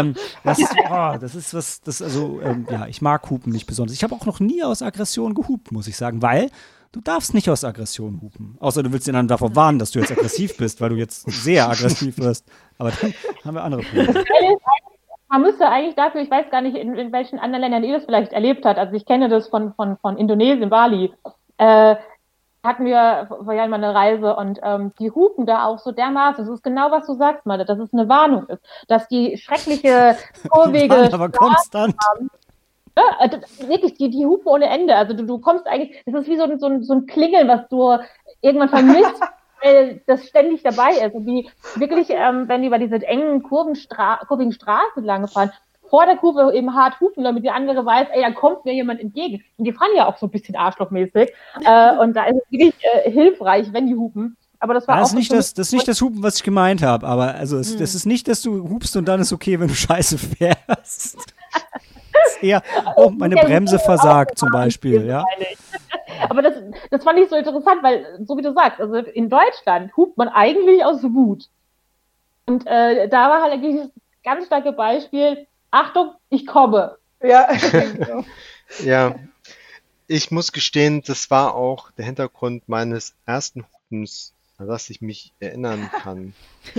A: ich mag Hupen nicht besonders. Ich habe auch noch nie aus Aggression gehupt, muss ich sagen, weil du darfst nicht aus Aggression hupen. Außer du willst den anderen davor warnen, dass du jetzt aggressiv bist, weil du jetzt sehr aggressiv wirst. Aber dann haben wir andere Probleme.
C: man müsste eigentlich dafür, ich weiß gar nicht, in welchen anderen Ländern ihr das vielleicht erlebt habt. Also ich kenne das von Indonesien, Bali. Hatten wir vor Jahren mal eine Reise und die hupen da auch so dermaßen. Das ist genau, was du sagst, Mann, dass es eine Warnung ist. Dass die schreckliche kurvige
A: Aber konstant.
C: wirklich, die hupen ohne Ende. Also du kommst eigentlich, das ist wie so ein Klingeln, was du irgendwann vermisst, weil das ständig dabei ist. Und die wirklich, wenn die über diese engen kurvigen Straßen lang fahren, vor der Kurve eben hart hupen, damit die andere weiß, ey, da kommt mir jemand entgegen. Und die fahren ja auch so ein bisschen arschlochmäßig. Und da ist es wirklich hilfreich, wenn die hupen. Aber das war
A: Das
C: auch
A: ist nicht das Hupen, was ich gemeint habe, aber also das ist nicht, dass du hupst und dann ist okay, wenn du scheiße fährst. Das ist eher, oh, meine Bremse versagt zum Beispiel, ja.
C: Aber das fand ich so interessant, weil, so wie du sagst, also in Deutschland hupt man eigentlich aus Wut. Und da war halt eigentlich das ganz starke Beispiel, Achtung, ich komme.
F: Ja,
B: Ja, ich muss gestehen, das war auch der Hintergrund meines ersten Hupens, an das ich mich erinnern kann.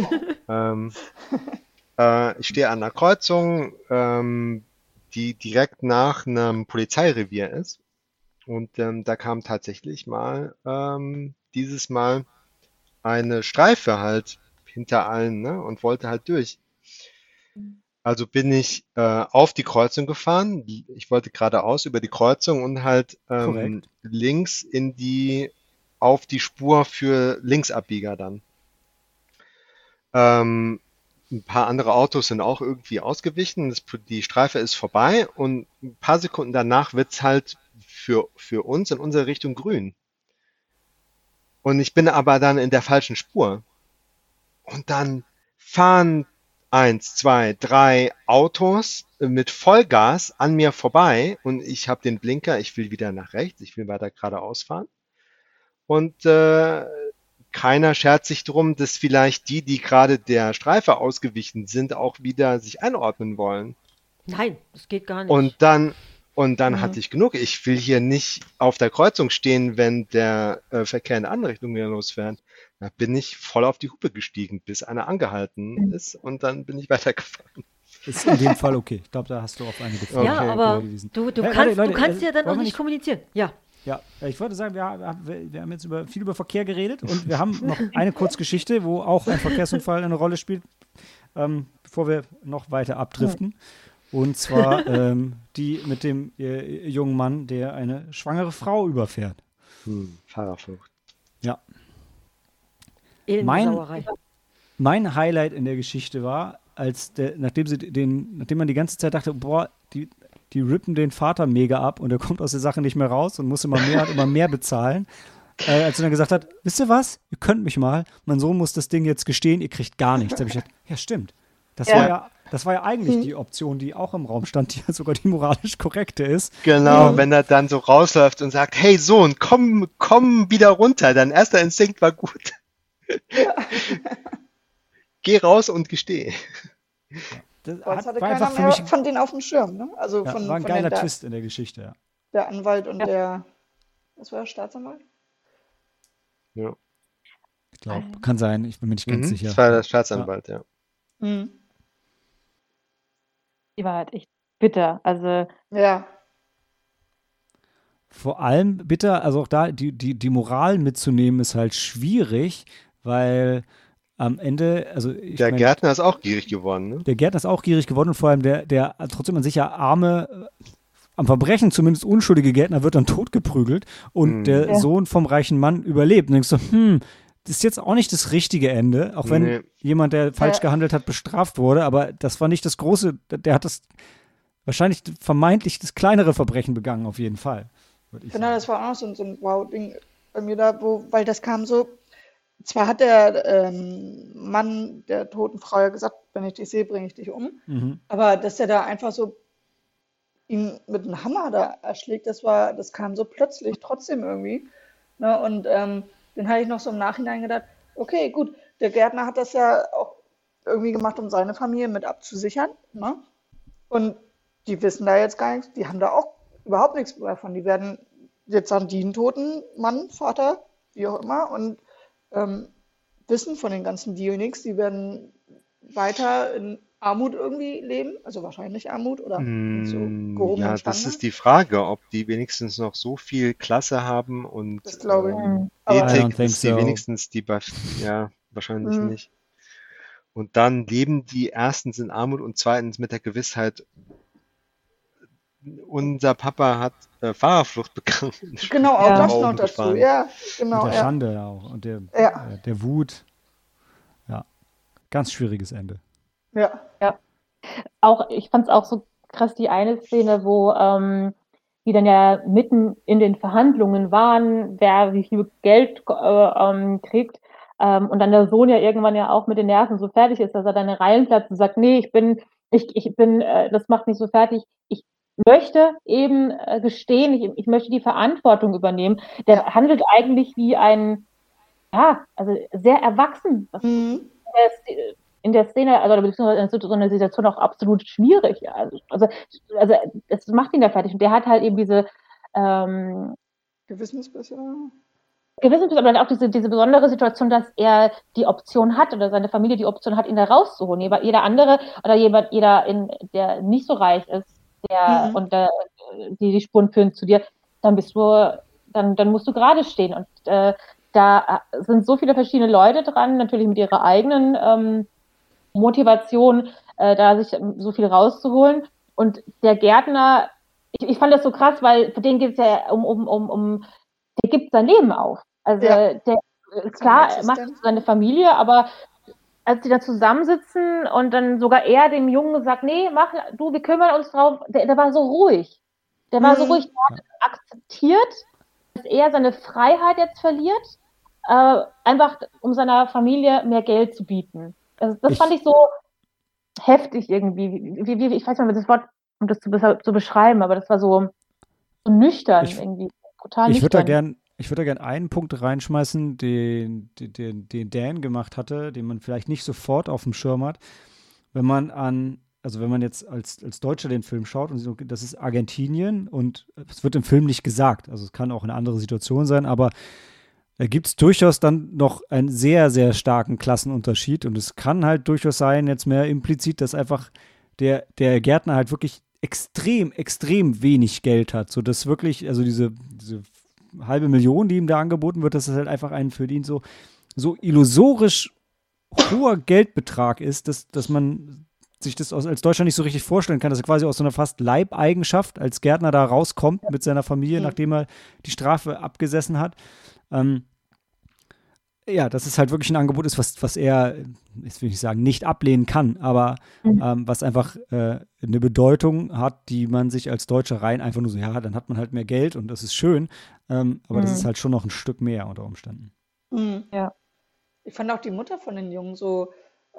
B: Ich stehe an einer Kreuzung, die direkt nach einem Polizeirevier ist. Und da kam tatsächlich mal, dieses Mal eine Streife halt hinter allen, ne, und wollte halt durch. Also bin ich auf die Kreuzung gefahren. Ich wollte geradeaus über die Kreuzung und halt
A: Korrekt.
B: links auf die Spur für Linksabbieger dann. Ein paar andere Autos sind auch irgendwie ausgewichen. Die Streife ist vorbei und ein paar Sekunden danach wird's halt für uns in unsere Richtung grün. Und ich bin aber dann in der falschen Spur. Und dann fahren 1, 2, 3 Autos mit Vollgas an mir vorbei und ich habe den Blinker, ich will wieder nach rechts, ich will weiter geradeaus fahren. Und keiner schert sich drum, dass vielleicht die gerade der Streife ausgewichen sind, auch wieder sich einordnen wollen.
D: Nein, das geht gar nicht.
B: Und dann hatte ich genug. Ich will hier nicht auf der Kreuzung stehen, wenn der Verkehr in eine andere Richtung wieder losfährt. Da bin ich voll auf die Hupe gestiegen, bis einer angehalten ist und dann bin ich weitergefahren.
A: Ist in dem Fall okay. Ich glaube, da hast du auf eine Gefahr
D: Ja,
B: Okay.
D: aber
A: hingewiesen.
D: du
A: Hey, Leute,
D: kannst ja dann auch
A: wollen wir
D: nicht kommunizieren. Ja.
A: Ja, ich wollte sagen, wir haben jetzt viel über Verkehr geredet und wir haben noch eine Kurzgeschichte, wo auch ein Verkehrsunfall eine Rolle spielt, bevor wir noch weiter abdriften. Und zwar die mit dem jungen Mann, der eine schwangere Frau überfährt.
B: Fahrerflucht.
A: Ja.
D: Elende Sauerei.
A: Mein Highlight in der Geschichte war, nachdem man die ganze Zeit dachte, boah, die rippen den Vater mega ab und er kommt aus der Sache nicht mehr raus und muss immer mehr und immer mehr bezahlen. Als er dann gesagt hat, wisst ihr was, ihr könnt mich mal, mein Sohn muss das Ding jetzt gestehen, ihr kriegt gar nichts. Da habe ich gedacht, ja stimmt. Das war ja eigentlich die Option, die auch im Raum stand, die ja sogar die moralisch korrekte ist.
B: Genau, wenn er dann so rausläuft und sagt, hey Sohn, komm wieder runter, dein erster Instinkt war gut. Geh raus und gesteh.
A: Das
F: das hatte
A: war
F: keiner
A: einfach für
F: mehr
A: mich
F: von denen auf dem Schirm, ne? Also
A: war ein
F: von
A: geiler
F: der
A: Twist in der Geschichte, ja.
F: der Anwalt und was war der Staatsanwalt?
B: Ja.
A: Ich glaube, kann sein, ich bin mir nicht ganz sicher.
B: Das war der Staatsanwalt, ja.
F: Mhm.
C: Die war halt echt bitter. Also,
F: Ja,
A: Vor allem bitter, also auch da die Moral mitzunehmen ist halt schwierig, weil am Ende, also
B: Der Gärtner ist auch gierig geworden, ne?
A: der Gärtner ist auch gierig geworden und vor allem der trotzdem an sich ja arme, am Verbrechen zumindest unschuldige Gärtner wird dann totgeprügelt und der Sohn vom reichen Mann überlebt. Und denkst du, das ist jetzt auch nicht das richtige Ende, auch wenn jemand, der falsch gehandelt hat, bestraft wurde, aber das war nicht das große, der hat das wahrscheinlich vermeintlich das kleinere Verbrechen begangen, auf jeden Fall.
F: genau, das war auch so ein Wow-Ding bei mir da, weil das kam so, zwar hat der Mann der toten Frau ja gesagt, wenn ich dich sehe, bringe ich dich um, aber dass er da einfach so ihn mit einem Hammer da erschlägt, das kam so plötzlich trotzdem irgendwie. Ne? Und dann hatte ich noch so im Nachhinein gedacht, okay, gut, der Gärtner hat das ja auch irgendwie gemacht, um seine Familie mit abzusichern. Ne? Und die wissen da jetzt gar nichts, die haben da auch überhaupt nichts davon. Die werden jetzt haben die einen toten Mann, Vater, wie auch immer, und wissen von den ganzen Deal nichts. Die werden weiter in Armut irgendwie leben, also wahrscheinlich Armut oder mit so gehobenen
B: Ja, das
F: Standards.
B: ist die Frage, ob die wenigstens noch so viel Klasse haben und
F: Das glaube ich.
A: I don't
B: Ethik,
A: think
B: dass die
A: so.
B: wenigstens wahrscheinlich nicht. Und dann leben die erstens in Armut und zweitens mit der Gewissheit, unser Papa hat Fahrerflucht begangen.
F: Genau, auch das
B: Augen
F: noch dazu.
B: gefahren.
F: Ja, genau.
A: Mit der
F: Ja.
A: Schande auch und der Wut. Ja, ganz schwieriges Ende.
F: Ja.
C: Ich fand es auch so krass, die eine Szene, wo die dann ja mitten in den Verhandlungen waren, wer wie viel Geld kriegt. Und dann der Sohn ja irgendwann ja auch mit den Nerven so fertig ist, dass er dann reinplatzt und sagt, nee, ich bin, das macht mich so fertig. Ich möchte eben gestehen, ich möchte die Verantwortung übernehmen. Der handelt eigentlich wie ein, ja, also sehr erwachsen. Was in der Szene, also beziehungsweise so eine Situation auch absolut schwierig. Also das macht ihn da fertig. Und der hat halt eben diese
F: Gewissensbisse.
C: aber dann auch diese besondere Situation, dass er die Option hat oder seine Familie die Option hat, ihn da rauszuholen. Jeder andere oder der nicht so reich ist, und die Spuren führen zu dir, dann musst du gerade stehen. Und da sind so viele verschiedene Leute dran, natürlich mit ihrer eigenen Motivation, da sich so viel rauszuholen. Und der Gärtner, ich fand das so krass, weil für den geht es ja der gibt sein Leben auf. Also klar, er macht seine Familie, aber als die da zusammensitzen und dann sogar er dem Jungen sagt, nee, mach du, wir kümmern uns drauf, der war so ruhig. Der war so ruhig, der hat akzeptiert, dass er seine Freiheit jetzt verliert, einfach um seiner Familie mehr Geld zu bieten. Also das fand ich so heftig irgendwie. Ich weiß nicht, das Wort, um das zu beschreiben, aber das war so nüchtern irgendwie. Total nüchtern.
A: Ich würde da gern einen Punkt reinschmeißen, den Dan gemacht hatte, den man vielleicht nicht sofort auf dem Schirm hat. Wenn man jetzt als Deutscher den Film schaut und sieht, das ist Argentinien und es wird im Film nicht gesagt, also es kann auch eine andere Situation sein, aber da gibt es durchaus dann noch einen sehr, sehr starken Klassenunterschied und es kann halt durchaus sein, jetzt mehr implizit, dass einfach der Gärtner halt wirklich extrem, extrem wenig Geld hat, sodass wirklich, also diese 500.000, die ihm da angeboten wird, dass es halt einfach ein für ihn so illusorisch hoher Geldbetrag ist, dass man sich das als Deutscher nicht so richtig vorstellen kann, dass er quasi aus so einer fast Leibeigenschaft als Gärtner da rauskommt mit seiner Familie, nachdem er die Strafe abgesessen hat. Dass es halt wirklich ein Angebot ist, was er, jetzt will ich sagen, nicht ablehnen kann, aber was einfach eine Bedeutung hat, die man sich als Deutscher rein einfach nur so, ja, dann hat man halt mehr Geld und das ist schön, aber das ist halt schon noch ein Stück mehr unter Umständen.
F: Ja. Ich fand auch die Mutter von den Jungen so,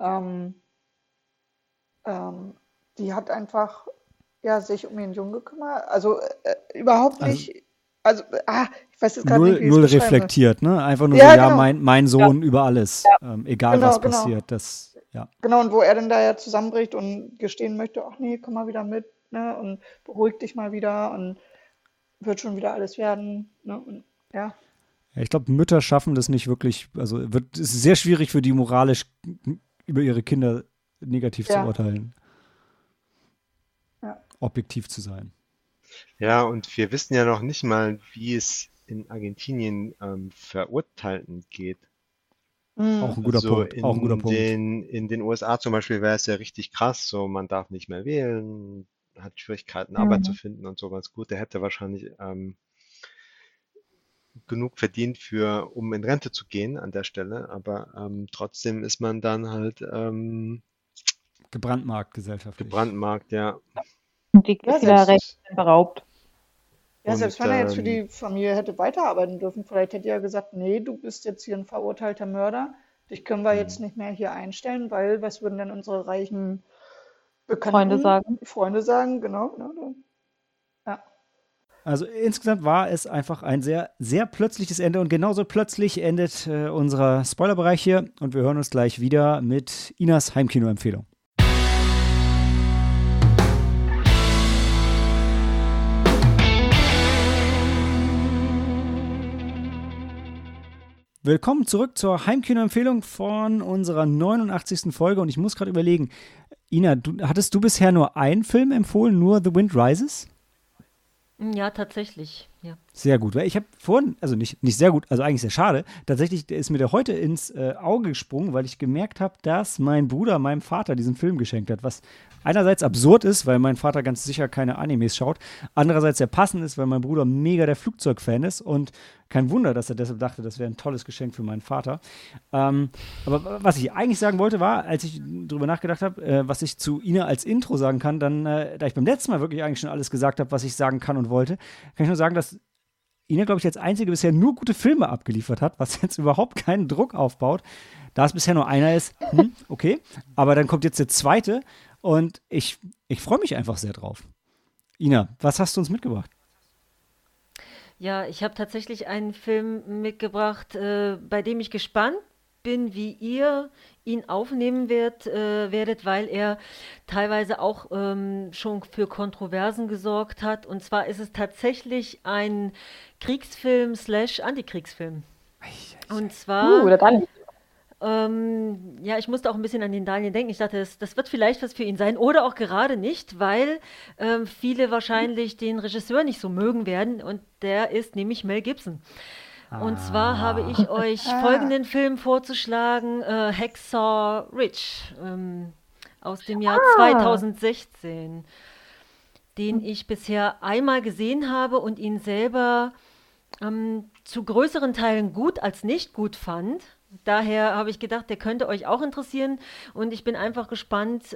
F: die hat einfach sich um ihren Jungen gekümmert, also überhaupt nicht. Also, ich weiß jetzt gerade nicht, wie ich es
A: null
F: beschreiben soll.
A: reflektiert, ne? Einfach nur
F: genau.
A: mein Sohn über alles, egal was passiert. Das,
F: Genau, und wo er dann da ja zusammenbricht und gestehen möchte, ach nee, komm mal wieder mit, ne? Und beruhig dich mal wieder und wird schon wieder alles werden, ne? Und,
A: Ja, ich glaube, Mütter schaffen das nicht wirklich, also es ist sehr schwierig für die moralisch über ihre Kinder negativ zu urteilen.
F: Ja.
A: Objektiv zu sein.
B: Ja, und wir wissen ja noch nicht mal, wie es in Argentinien Verurteilten geht.
A: Auch ein guter Punkt.
B: In den USA zum Beispiel wäre es ja richtig krass, so man darf nicht mehr wählen, hat Schwierigkeiten, Arbeit zu finden und sowas. Gut, der hätte wahrscheinlich genug verdient um in Rente zu gehen an der Stelle, aber trotzdem ist man dann halt
A: gebrandmarkt gesellschaftlich.
B: Gebrandmarkt, ja.
C: Und die Rechte beraubt.
F: Ja,
B: Und,
F: selbst wenn er jetzt für die Familie hätte weiterarbeiten dürfen, vielleicht hätte er gesagt, nee, du bist jetzt hier ein verurteilter Mörder, dich können wir jetzt nicht mehr hier einstellen, weil was würden denn unsere reichen Bekannten, Freunde sagen, genau. Ja.
A: Also insgesamt war es einfach ein sehr, sehr plötzliches Ende und genauso plötzlich endet unser Spoilerbereich hier und wir hören uns gleich wieder mit Inas Heimkino-Empfehlung. Willkommen zurück zur Heimkino-Empfehlung von unserer 89. Folge und ich muss gerade überlegen, Ina, hattest du bisher nur einen Film empfohlen, nur The Wind Rises?
D: Ja, tatsächlich. Ja.
A: Sehr gut, weil ich habe vorhin, also nicht sehr gut, also eigentlich sehr schade, tatsächlich ist mir der heute ins Auge gesprungen, weil ich gemerkt habe, dass mein Bruder meinem Vater diesen Film geschenkt hat, was einerseits absurd ist, weil mein Vater ganz sicher keine Animes schaut, andererseits sehr passend ist, weil mein Bruder mega der Flugzeugfan ist und kein Wunder, dass er deshalb dachte, das wäre ein tolles Geschenk für meinen Vater. Aber was ich eigentlich sagen wollte, war, als ich drüber nachgedacht habe, was ich zu Ina als Intro sagen kann, dann, da ich beim letzten Mal wirklich eigentlich schon alles gesagt habe, was ich sagen kann und wollte, kann ich nur sagen, dass Ina, glaube ich, als einzige bisher nur gute Filme abgeliefert hat, was jetzt überhaupt keinen Druck aufbaut. Da es bisher nur einer ist, okay. Aber dann kommt jetzt der zweite und ich freue mich einfach sehr drauf. Ina, was hast du uns mitgebracht?
D: Ja, ich habe tatsächlich einen Film mitgebracht, bei dem ich gespannt bin, wie ihr ihn aufnehmen werdet, weil er teilweise auch schon für Kontroversen gesorgt hat. Und zwar ist es tatsächlich ein Kriegsfilm slash Antikriegsfilm. Und zwar
C: oder dann.
D: ja, ich musste auch ein bisschen an den Daniel denken. Ich dachte, das wird vielleicht was für ihn sein oder auch gerade nicht, weil viele wahrscheinlich den Regisseur nicht so mögen werden und der ist nämlich Mel Gibson. Und zwar habe ich euch folgenden Film vorzuschlagen, Hacksaw Ridge aus dem Jahr 2016, den ich bisher einmal gesehen habe und ihn selber zu größeren Teilen gut als nicht gut fand. Daher habe ich gedacht, der könnte euch auch interessieren und ich bin einfach gespannt,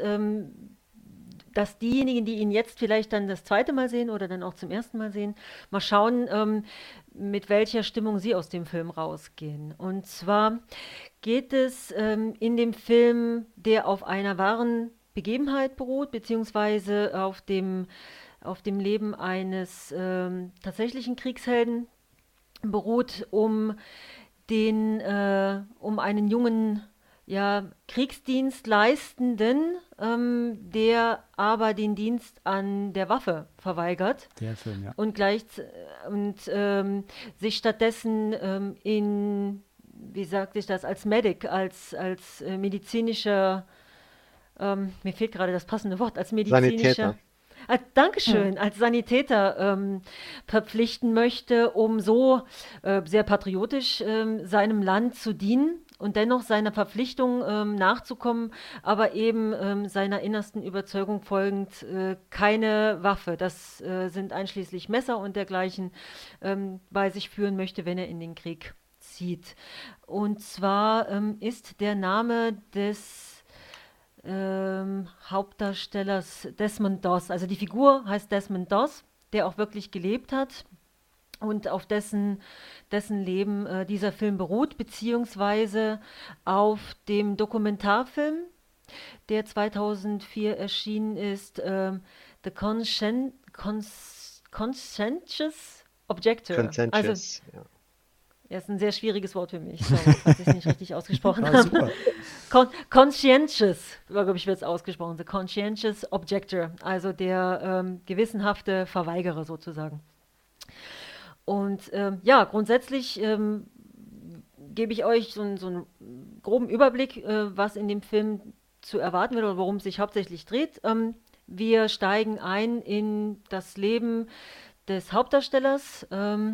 D: dass diejenigen, die ihn jetzt vielleicht dann das zweite Mal sehen oder dann auch zum ersten Mal sehen, mal schauen, mit welcher Stimmung sie aus dem Film rausgehen. Und zwar geht es in dem Film, der auf einer wahren Begebenheit beruht, beziehungsweise auf dem Leben eines tatsächlichen Kriegshelden beruht, um einen jungen Kriegsdienstleistenden, der aber den Dienst an der Waffe verweigert.
A: Der Film, ja.
D: Und sich stattdessen wie sagte ich das, als Medic, als medizinischer, mir fehlt gerade das passende Wort, als medizinischer.
B: Sanitäter.
D: Dankeschön, als Sanitäter verpflichten möchte, um so sehr patriotisch seinem Land zu dienen und dennoch seiner Verpflichtung nachzukommen, aber eben seiner innersten Überzeugung folgend keine Waffe, das sind einschließlich Messer und dergleichen, bei sich führen möchte, wenn er in den Krieg zieht. Und zwar ist der Name des Hauptdarstellers Desmond Doss. Also die Figur heißt Desmond Doss, der auch wirklich gelebt hat und auf dessen Leben dieser Film beruht, beziehungsweise auf dem Dokumentarfilm, der 2004 erschienen ist, The Conscientious Objector.
B: Conscientious,
D: also, ja, ist ein sehr schwieriges Wort für mich, sorry, falls ich es nicht richtig ausgesprochen habe. Conscientious, glaube ich, wird es ausgesprochen. The Conscientious Objector, also der gewissenhafte Verweigerer sozusagen. Und grundsätzlich gebe ich euch so einen groben Überblick, was in dem Film zu erwarten wird oder worum es sich hauptsächlich dreht. Wir steigen ein in das Leben des Hauptdarstellers,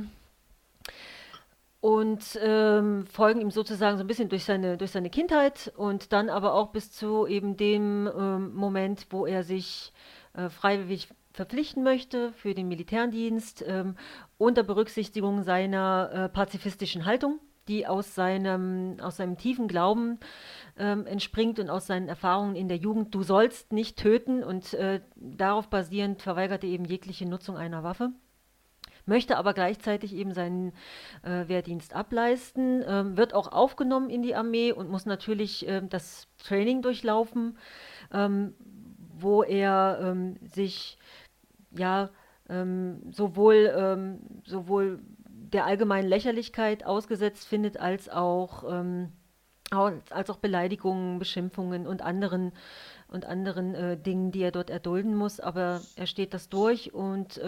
D: und folgen ihm sozusagen so ein bisschen durch seine Kindheit und dann aber auch bis zu eben dem Moment, wo er sich freiwillig verpflichten möchte für den Militärdienst, unter Berücksichtigung seiner pazifistischen Haltung, die aus seinem tiefen Glauben entspringt und aus seinen Erfahrungen in der Jugend. Du sollst nicht töten und darauf basierend verweigert er eben jegliche Nutzung einer Waffe. Möchte aber gleichzeitig eben seinen Wehrdienst ableisten, wird auch aufgenommen in die Armee und muss natürlich das Training durchlaufen, wo er sich sowohl der allgemeinen Lächerlichkeit ausgesetzt findet, als auch Beleidigungen, Beschimpfungen und anderen Dingen, die er dort erdulden muss. Aber er steht das durch und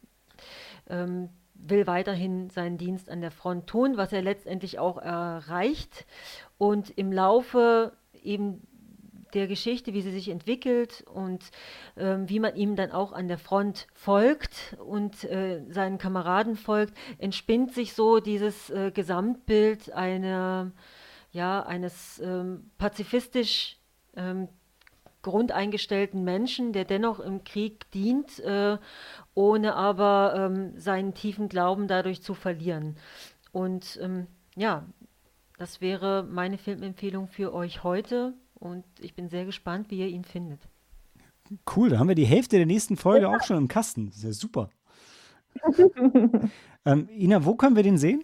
D: will weiterhin seinen Dienst an der Front tun, was er letztendlich auch erreicht. Und im Laufe eben der Geschichte, wie sie sich entwickelt und wie man ihm dann auch an der Front folgt und seinen Kameraden folgt, entspinnt sich so dieses Gesamtbild eines pazifistisch grundeingestellten Menschen, der dennoch im Krieg dient, ohne aber seinen tiefen Glauben dadurch zu verlieren. Und das wäre meine Filmempfehlung für euch heute und ich bin sehr gespannt, wie ihr ihn findet.
A: Cool, da haben wir die Hälfte der nächsten Folge auch schon im Kasten. Das ist ja super. Ina, wo können wir den sehen?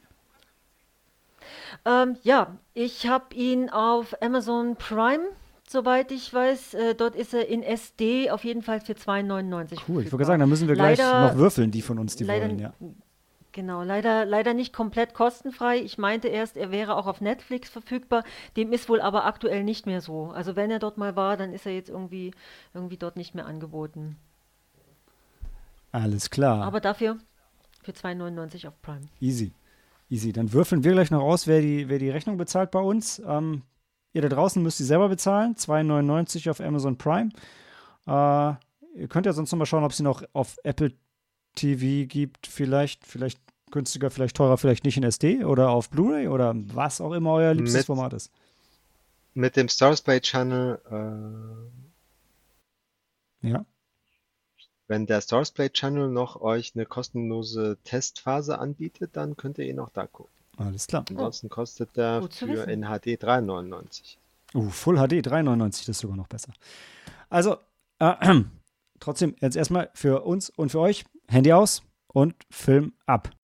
D: Ich habe ihn auf Amazon Prime, soweit ich weiß. Dort ist er in SD auf jeden Fall für 2,99 €.
A: Cool, ich würde sagen, da müssen wir gleich noch würfeln, die von uns, die wollen, ja.
D: Genau, leider nicht komplett kostenfrei. Ich meinte erst, er wäre auch auf Netflix verfügbar. Dem ist wohl aber aktuell nicht mehr so. Also wenn er dort mal war, dann ist er jetzt irgendwie dort nicht mehr angeboten.
A: Alles klar.
D: Aber dafür für 2,99 € auf Prime.
A: Easy. Dann würfeln wir gleich noch aus, wer die Rechnung bezahlt bei uns. Ihr da draußen müsst die selber bezahlen. 2,99 € auf Amazon Prime. Ihr könnt ja sonst noch mal schauen, ob es sie noch auf Apple TV gibt, vielleicht günstiger, vielleicht teurer, vielleicht nicht in SD oder auf Blu-ray oder was auch immer euer liebstes Format ist.
B: Mit dem Starzplay Channel,
A: ja.
B: Wenn der Starzplay Channel noch euch eine kostenlose Testphase anbietet, dann könnt ihr ihn auch da gucken.
A: Alles klar.
B: Ansonsten kostet der für in HD 3,99 €.
A: Full HD 3,99 €, das ist sogar noch besser. Also, trotzdem, jetzt erstmal für uns und für euch, Handy aus und Film ab.